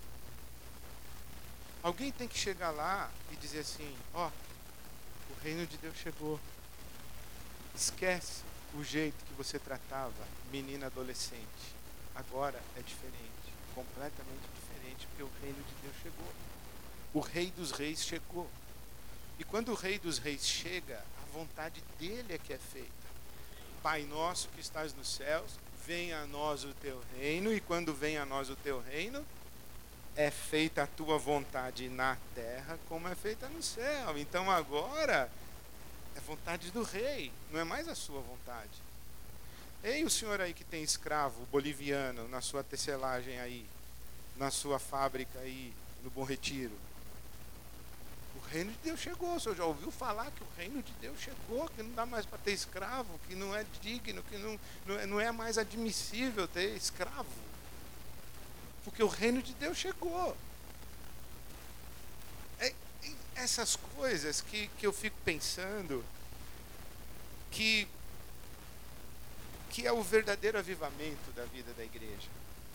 Alguém tem que chegar lá e dizer assim, ó, o reino de Deus chegou. Esquece o jeito que você tratava menina adolescente. Agora é diferente, completamente diferente, porque o reino de Deus chegou. O Rei dos Reis chegou. E quando o Rei dos Reis chega, a vontade dele é que é feita. Pai nosso que estás nos céus, venha a nós o teu reino, e quando vem a nós o teu reino, é feita a tua vontade na terra como é feita no céu. Então agora é vontade do rei, não é mais a sua vontade. Ei, o senhor aí que tem escravo boliviano na sua tecelagem aí, na sua fábrica aí, no Bom Retiro. O reino de Deus chegou. O senhor já ouviu falar que o reino de Deus chegou, que não dá mais para ter escravo, que não é digno, que não, não, é, não é mais admissível ter escravo. Porque o reino de Deus chegou. É, é essas coisas que, que eu fico pensando que, que é o verdadeiro avivamento da vida da igreja.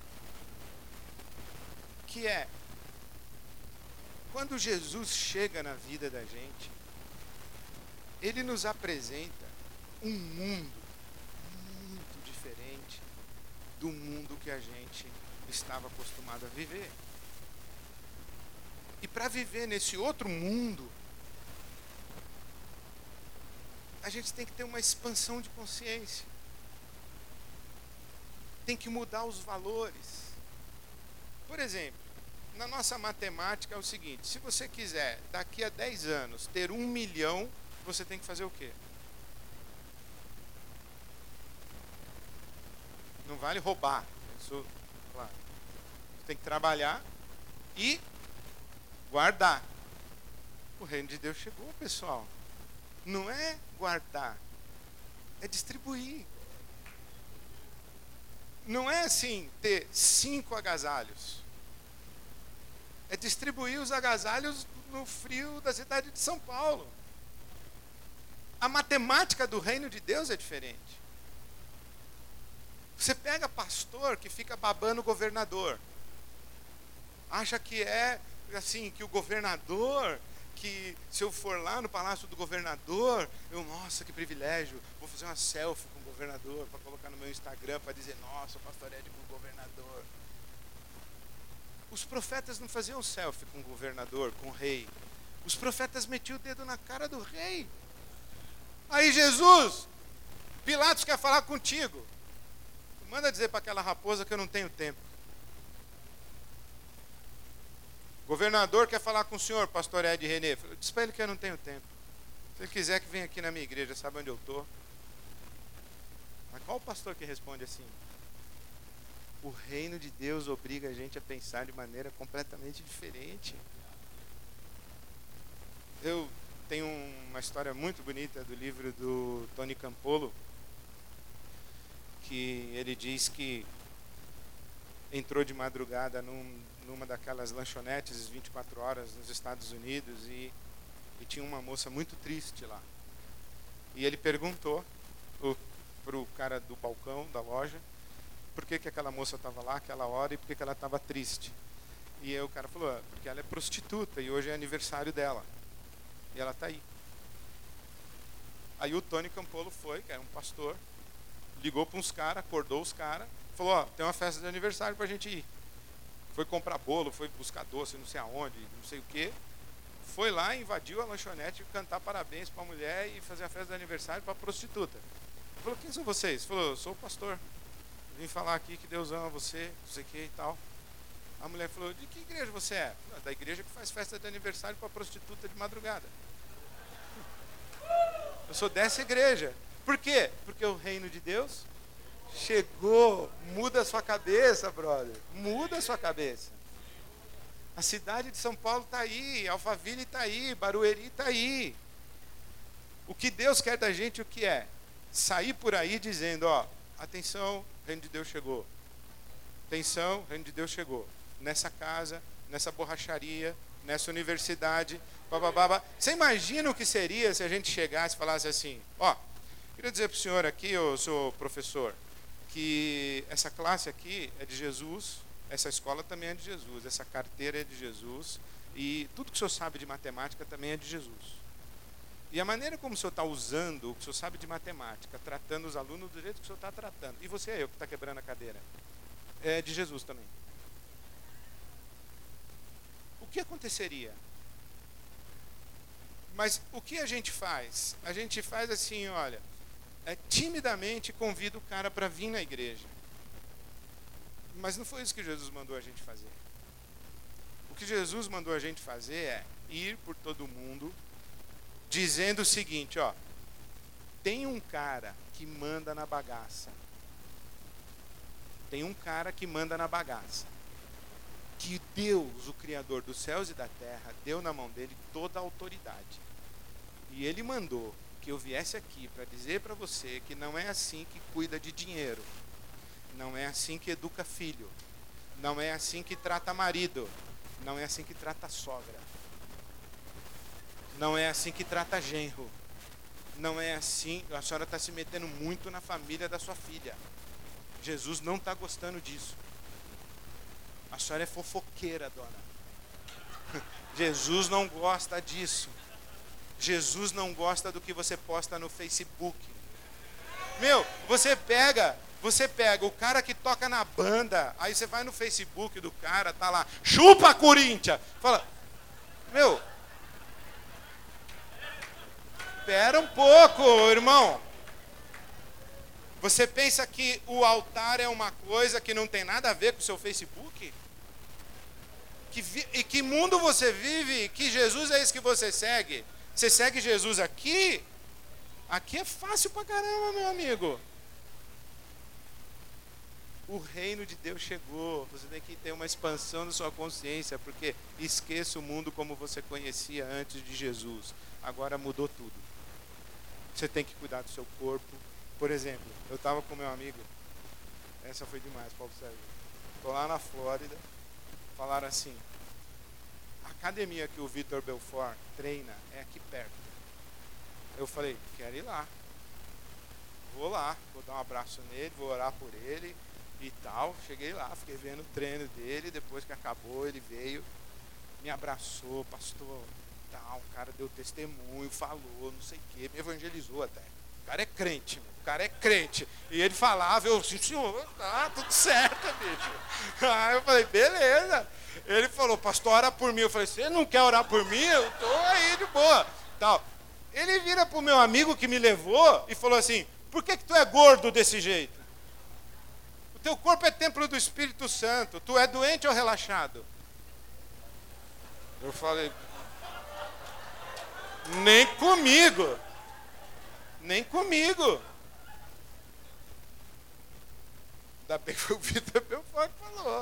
Que é, quando Jesus chega na vida da gente, ele nos apresenta um mundo muito diferente do mundo que a gente estava acostumado a viver. E para viver nesse outro mundo, a gente tem que ter uma expansão de consciência. Tem que mudar os valores. Por exemplo, na nossa matemática é o seguinte, se você quiser, daqui a dez anos, ter um milhão, você tem que fazer o quê? Não vale roubar. Isso, claro. Você tem que trabalhar e guardar. O reino de Deus chegou, pessoal. Não é guardar, é distribuir. Não é assim, ter cinco agasalhos. É distribuir os agasalhos no frio da cidade de São Paulo. A matemática do reino de Deus é diferente. Você pega pastor que fica babando o governador. Acha que é assim, que o governador, que se eu for lá no palácio do governador, eu, nossa, que privilégio, vou fazer uma selfie com o governador para colocar no meu Instagram para dizer, nossa, o pastor Ed com o governador. Os profetas não faziam selfie com o governador, com o rei. Os profetas metiam o dedo na cara do rei. Aí Jesus, Pilatos quer falar contigo. Manda dizer para aquela raposa que eu não tenho tempo. Governador quer falar com o senhor, pastor Ed René. Diz para ele que eu não tenho tempo. Se ele quiser que venha aqui na minha igreja, sabe onde eu estou. Mas qual o pastor que responde assim? O reino de Deus obriga a gente a pensar de maneira completamente diferente. Eu tenho uma história muito bonita do livro do Tony Campolo, que ele diz que entrou de madrugada num, numa daquelas lanchonetes vinte e quatro horas nos Estados Unidos e, e tinha uma moça muito triste lá. E ele perguntou para o cara do balcão da loja por que, que aquela moça estava lá aquela hora e por que, que ela estava triste. E aí o cara falou, ah, porque ela é prostituta e hoje é aniversário dela. E ela está aí. Aí o Tony Campolo foi, que era um pastor, ligou para uns caras, acordou os caras, falou, ó, tem uma festa de aniversário para a gente ir. Foi comprar bolo, foi buscar doce, não sei aonde, não sei o quê. Foi lá, invadiu a lanchonete, cantar parabéns para a mulher e fazer a festa de aniversário para a prostituta. Falou, quem são vocês? Falou, eu sou o pastor. Vim falar aqui que Deus ama você, não sei o que e tal. A mulher falou, de que igreja você é? Da igreja que faz festa de aniversário para prostituta de madrugada. Eu sou dessa igreja. Por quê? Porque o reino de Deus chegou. Muda a sua cabeça, brother. Muda a sua cabeça. A cidade de São Paulo está aí, Alphaville está aí, Barueri está aí. O que Deus quer da gente, o que é? Sair por aí dizendo, ó, atenção, o reino de Deus chegou. Atenção, o reino de Deus chegou. Nessa casa, nessa borracharia, nessa universidade. Babababa. Você imagina o que seria se a gente chegasse e falasse assim, ó, queria dizer para o senhor aqui, eu sou professor, que essa classe aqui é de Jesus, essa escola também é de Jesus, essa carteira é de Jesus, e tudo que o senhor sabe de matemática também é de Jesus. E a maneira como o senhor está usando o que o senhor sabe de matemática, tratando os alunos do jeito que o senhor está tratando, e você é eu que está quebrando a cadeira, é de Jesus também. O que aconteceria? Mas o que a gente faz? A gente faz assim, olha, é, timidamente convida o cara para vir na igreja. Mas não foi isso que Jesus mandou a gente fazer. O que Jesus mandou a gente fazer é ir por todo mundo, dizendo o seguinte, ó, tem um cara que manda na bagaça. Tem um cara que manda na bagaça. Que Deus, o Criador dos céus e da terra, deu na mão dele toda a autoridade. E ele mandou que eu viesse aqui para dizer para você que não é assim que cuida de dinheiro. Não é assim que educa filho. Não é assim que trata marido. Não é assim que trata sogra. Não é assim que trata genro. Não é assim. A senhora está se metendo muito na família da sua filha. Jesus não está gostando disso. A senhora é fofoqueira, dona. Jesus não gosta disso. Jesus não gosta do que você posta no Facebook. Meu, você pega, você pega o cara que toca na banda, aí você vai no Facebook do cara, tá lá, chupa Corinthians. Fala, meu, espera um pouco, irmão. Você pensa que o altar é uma coisa que não tem nada a ver com o seu Facebook? Que vi, e que mundo você vive? Que Jesus é esse que você segue? Você segue Jesus aqui? Aqui é fácil pra caramba, meu amigo. O reino de Deus chegou. Você tem que ter uma expansão da sua consciência, porque esqueça o mundo como você conhecia antes de Jesus. Agora mudou tudo. Você tem que cuidar do seu corpo. Por exemplo, eu estava com meu amigo, essa foi demais, Paulo Sérgio. Estou lá na Flórida, falaram assim, a academia que o Vitor Belfort treina é aqui perto. Eu falei, quero ir lá. Vou lá, vou dar um abraço nele, vou orar por ele e tal. Cheguei lá, fiquei vendo o treino dele, depois que acabou ele veio, me abraçou, pastor, tal, o cara deu testemunho, falou, não sei o quê, me evangelizou até. O cara é crente, meu. O cara é crente. E ele falava, eu disse, senhor, tá tudo certo, bicho. Aí eu falei, beleza. Ele falou, pastor, ora por mim. Eu falei, você não quer orar por mim? Eu tô aí de boa. Tal. Ele vira pro meu amigo que me levou e falou assim, por que que tu é gordo desse jeito? O teu corpo é templo do Espírito Santo. Tu é doente ou relaxado? Eu falei, nem comigo. Nem comigo. Ainda bem que o Vitor Belfort falou.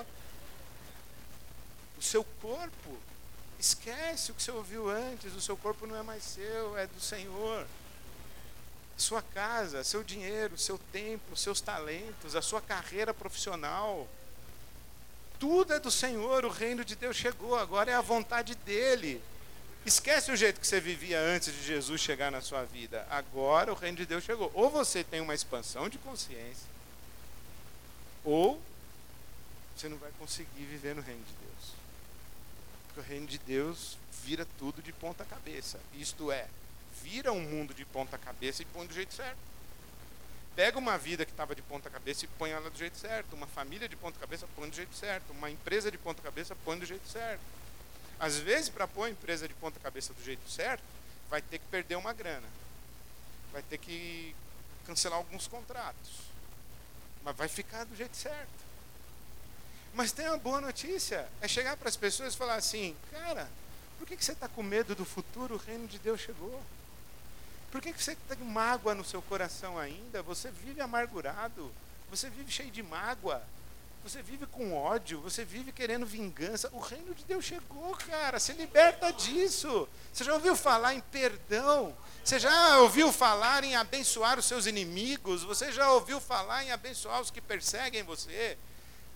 O seu corpo, esquece o que você ouviu antes. O seu corpo não é mais seu, é do Senhor. Sua casa, seu dinheiro, seu tempo, seus talentos, a sua carreira profissional. Tudo é do Senhor, o reino de Deus chegou, agora é a vontade dEle. Esquece o jeito que você vivia antes de Jesus chegar na sua vida. Agora o reino de Deus chegou. Ou você tem uma expansão de consciência, ou você não vai conseguir viver no reino de Deus. Porque o reino de Deus vira tudo de ponta cabeça. Isto é, vira um mundo de ponta cabeça e põe do jeito certo. Pega uma vida que estava de ponta cabeça e põe ela do jeito certo. Uma família de ponta cabeça, põe do jeito certo. Uma empresa de ponta cabeça, põe do jeito certo. Às vezes, para pôr a empresa de ponta cabeça do jeito certo, vai ter que perder uma grana. Vai ter que cancelar alguns contratos. Mas vai ficar do jeito certo. Mas tem uma boa notícia. É chegar para as pessoas e falar assim, cara, por que que você está com medo do futuro? O reino de Deus chegou. Por que que você tem mágoa no seu coração ainda? Você vive amargurado. Você vive cheio de mágoa. Você vive com ódio, você vive querendo vingança. O reino de Deus chegou, cara. Se liberta disso. Você já ouviu falar em perdão? Você já ouviu falar em abençoar os seus inimigos? Você já ouviu falar em abençoar os que perseguem você?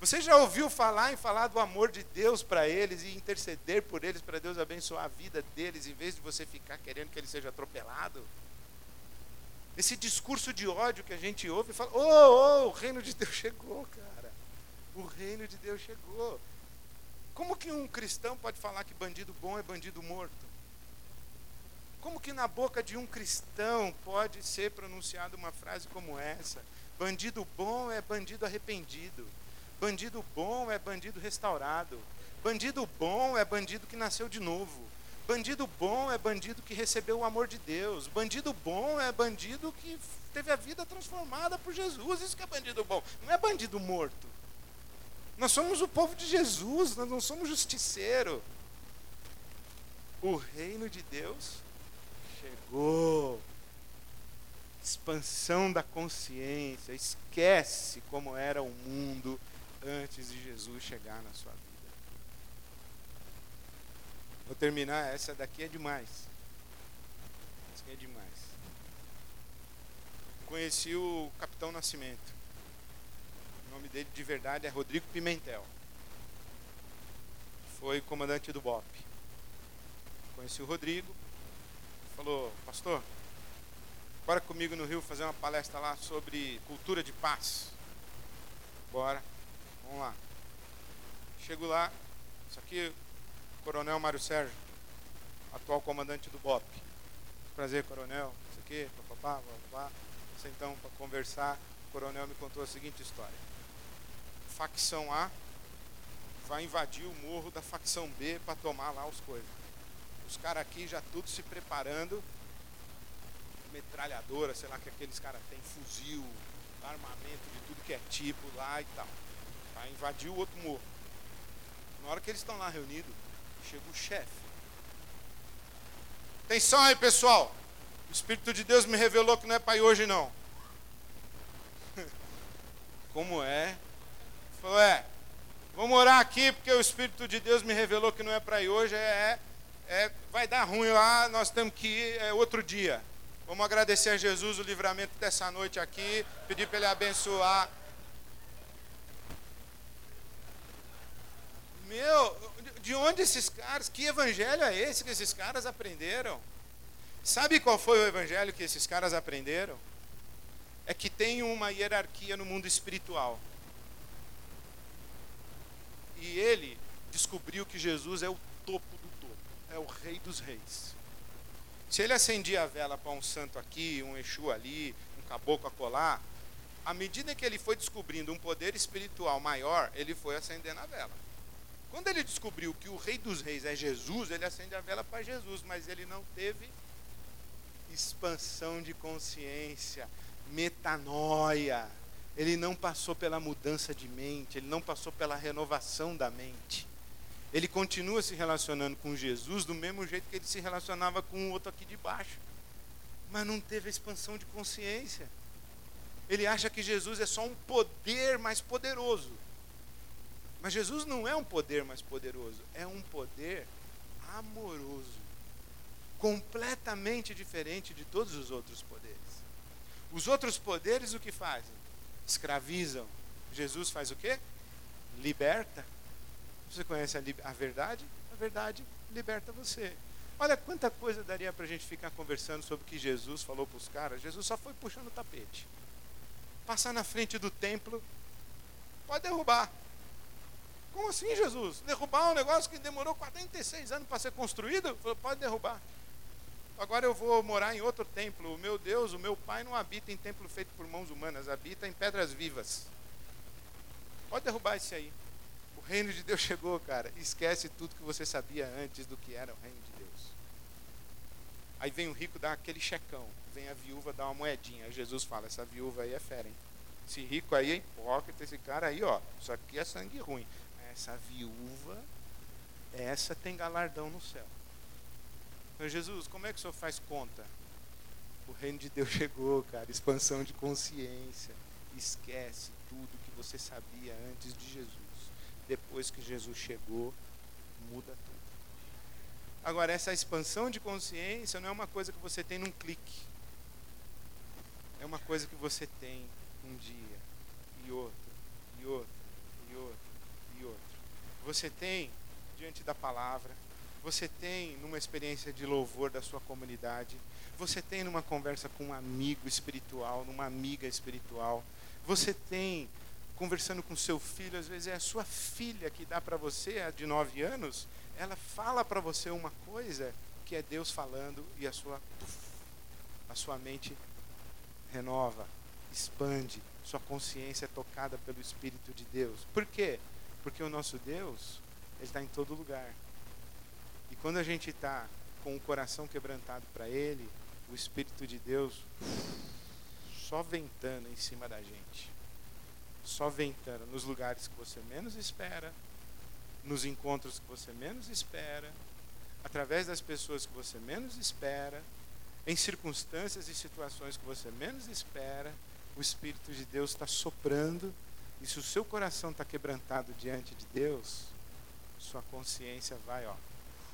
Você já ouviu falar em falar do amor de Deus para eles e interceder por eles para Deus abençoar a vida deles, em vez de você ficar querendo que ele seja atropelado? Esse discurso de ódio que a gente ouve e fala, oh, oh, o reino de Deus chegou, cara. O reino de Deus chegou. Como que um cristão pode falar que bandido bom é bandido morto? Como que na boca de um cristão pode ser pronunciada uma frase como essa? Bandido bom é bandido arrependido. Bandido bom é bandido restaurado. Bandido bom é bandido que nasceu de novo. Bandido bom é bandido que recebeu o amor de Deus. Bandido bom é bandido que teve a vida transformada por Jesus. Isso que é bandido bom. Não é bandido morto. Nós somos o povo de Jesus, nós não somos justiceiro. O reino de Deus chegou. Expansão da consciência. Esquece como era o mundo antes de Jesus chegar na sua vida. Vou terminar, essa daqui é demais. Essa aqui é demais. Conheci o Capitão Nascimento. O nome dele de verdade é Rodrigo Pimentel. Foi comandante do B O P. Conheci o Rodrigo. Falou, pastor, bora comigo no Rio fazer uma palestra lá sobre cultura de paz. Bora. Vamos lá. Chego lá. Isso aqui, Coronel Mário Sérgio, atual comandante do B O P. Prazer, coronel. Isso aqui, papapá, papapá. Sentamos para conversar. O coronel me contou a seguinte história. Facção A vai invadir o morro da facção B para tomar lá os coisas. Os caras aqui já tudo se preparando. Metralhadora, sei lá que aqueles caras têm, fuzil, armamento de tudo que é tipo lá e tal. Vai invadir o outro morro. Na hora que eles estão lá reunidos, chega o chefe. Atenção aí, pessoal. O Espírito de Deus me revelou que não é para ir hoje, não. Como é? Falou, é, vamos orar aqui porque o Espírito de Deus me revelou que não é para ir hoje, é, é, vai dar ruim lá, nós temos que ir é, outro dia. Vamos agradecer a Jesus o livramento dessa noite aqui, pedir para Ele abençoar. Meu, de onde esses caras, que evangelho é esse que esses caras aprenderam? Sabe qual foi o evangelho que esses caras aprenderam? É que tem uma hierarquia no mundo espiritual. E ele descobriu que Jesus é o topo do topo, é o rei dos reis. Se ele acendia a vela para um santo aqui, um Exu ali, um caboclo acolá, à medida que ele foi descobrindo um poder espiritual maior, ele foi acendendo a vela. Quando ele descobriu que o rei dos reis é Jesus, ele acende a vela para Jesus, mas ele não teve expansão de consciência, metanoia. Ele não passou pela mudança de mente, ele não passou pela renovação da mente. Ele continua se relacionando com Jesus do mesmo jeito que ele se relacionava com o outro aqui de baixo. Mas não teve a expansão de consciência. Ele acha que Jesus é só um poder mais poderoso. Mas Jesus não é um poder mais poderoso, é um poder amoroso. Completamente diferente de todos os outros poderes. Os outros poderes o que fazem? Escravizam. Jesus faz o quê? Liberta. Você conhece a, li- a verdade? A verdade liberta você. Olha quanta coisa daria para a gente ficar conversando sobre o que Jesus falou para os caras. Jesus só foi puxando o tapete. Passar na frente do templo, pode derrubar. Como assim, Jesus? Derrubar um negócio que demorou quarenta e seis anos para ser construído? Falou, pode derrubar. Agora eu vou morar em outro templo. O meu Deus, o meu Pai não habita em templo feito por mãos humanas, habita em pedras vivas. Pode derrubar isso aí. O reino de Deus chegou, cara. Esquece tudo que você sabia antes do que era o reino de Deus. Aí vem o rico dar aquele checão. Vem a viúva dar uma moedinha. Aí Jesus fala, essa viúva aí é fera, hein? Esse rico aí é hipócrita, esse cara aí, ó. Isso aqui é sangue ruim. Essa viúva, essa tem galardão no céu. Então, Jesus, como é que o senhor faz conta? O reino de Deus chegou, cara. Expansão de consciência. Esquece tudo que você sabia antes de Jesus. Depois que Jesus chegou, muda tudo. Agora, essa expansão de consciência não é uma coisa que você tem num clique. É uma coisa que você tem um dia, e outro, e outro, e outro, você tem diante da palavra, você tem numa experiência de louvor da sua comunidade, você tem numa conversa com um amigo espiritual, numa amiga espiritual, você tem conversando com seu filho, às vezes é a sua filha que dá para você, a de nove anos, ela fala para você uma coisa que é Deus falando e a sua, a sua mente renova, expande, sua consciência é tocada pelo Espírito de Deus. Por quê? Porque o nosso Deus, Ele está em todo lugar. E quando a gente está com o coração quebrantado para Ele, o Espírito de Deus só ventando em cima da gente. Só ventando nos lugares que você menos espera, nos encontros que você menos espera, através das pessoas que você menos espera, em circunstâncias e situações que você menos espera, o Espírito de Deus está soprando. E se o seu coração está quebrantado diante de Deus, sua consciência vai, ó,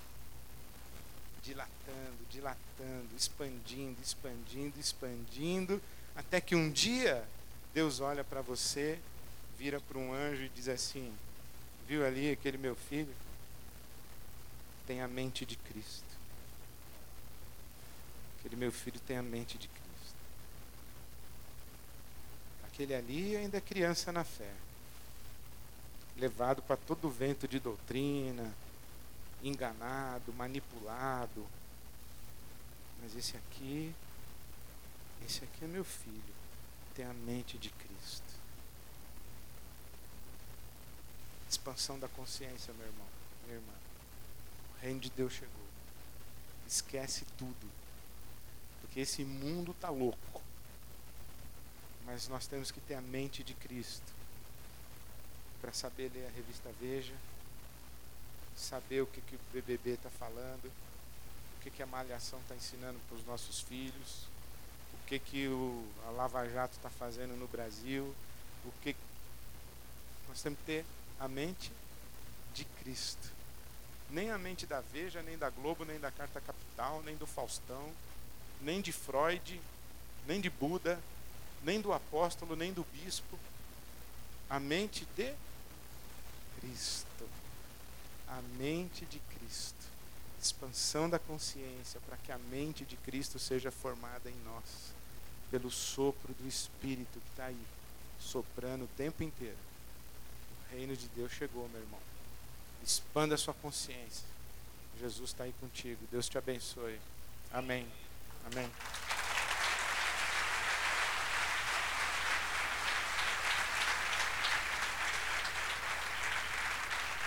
dilatando, dilatando, expandindo, expandindo, expandindo, até que um dia Deus olha para você, vira para um anjo e diz assim: viu ali aquele meu filho? Tem a mente de Cristo. Aquele meu filho tem a mente de Cristo. Aquele ali ainda é criança na fé, levado para todo o vento de doutrina, enganado, manipulado. Mas esse aqui, esse aqui é meu filho, tem a mente de Cristo. Expansão da consciência, meu irmão, minha irmã. O reino de Deus chegou. Esquece tudo, porque esse mundo está louco. Mas nós temos que ter a mente de Cristo para saber ler a revista Veja, saber o que, que o B B B está falando, o que, que a Malhação está ensinando para os nossos filhos, o que, que o, a Lava Jato está fazendo no Brasil, o que nós temos que ter a mente de Cristo. Nem a mente da Veja, nem da Globo, nem da Carta Capital, nem do Faustão, nem de Freud, nem de Buda, nem do apóstolo, nem do bispo. A mente de Cristo. A mente de Cristo. Expansão da consciência para que a mente de Cristo seja formada em nós, pelo sopro do Espírito que está aí, soprando o tempo inteiro. O reino de Deus chegou, meu irmão. Expanda a sua consciência. Jesus está aí contigo. Deus te abençoe. Amém. Amém.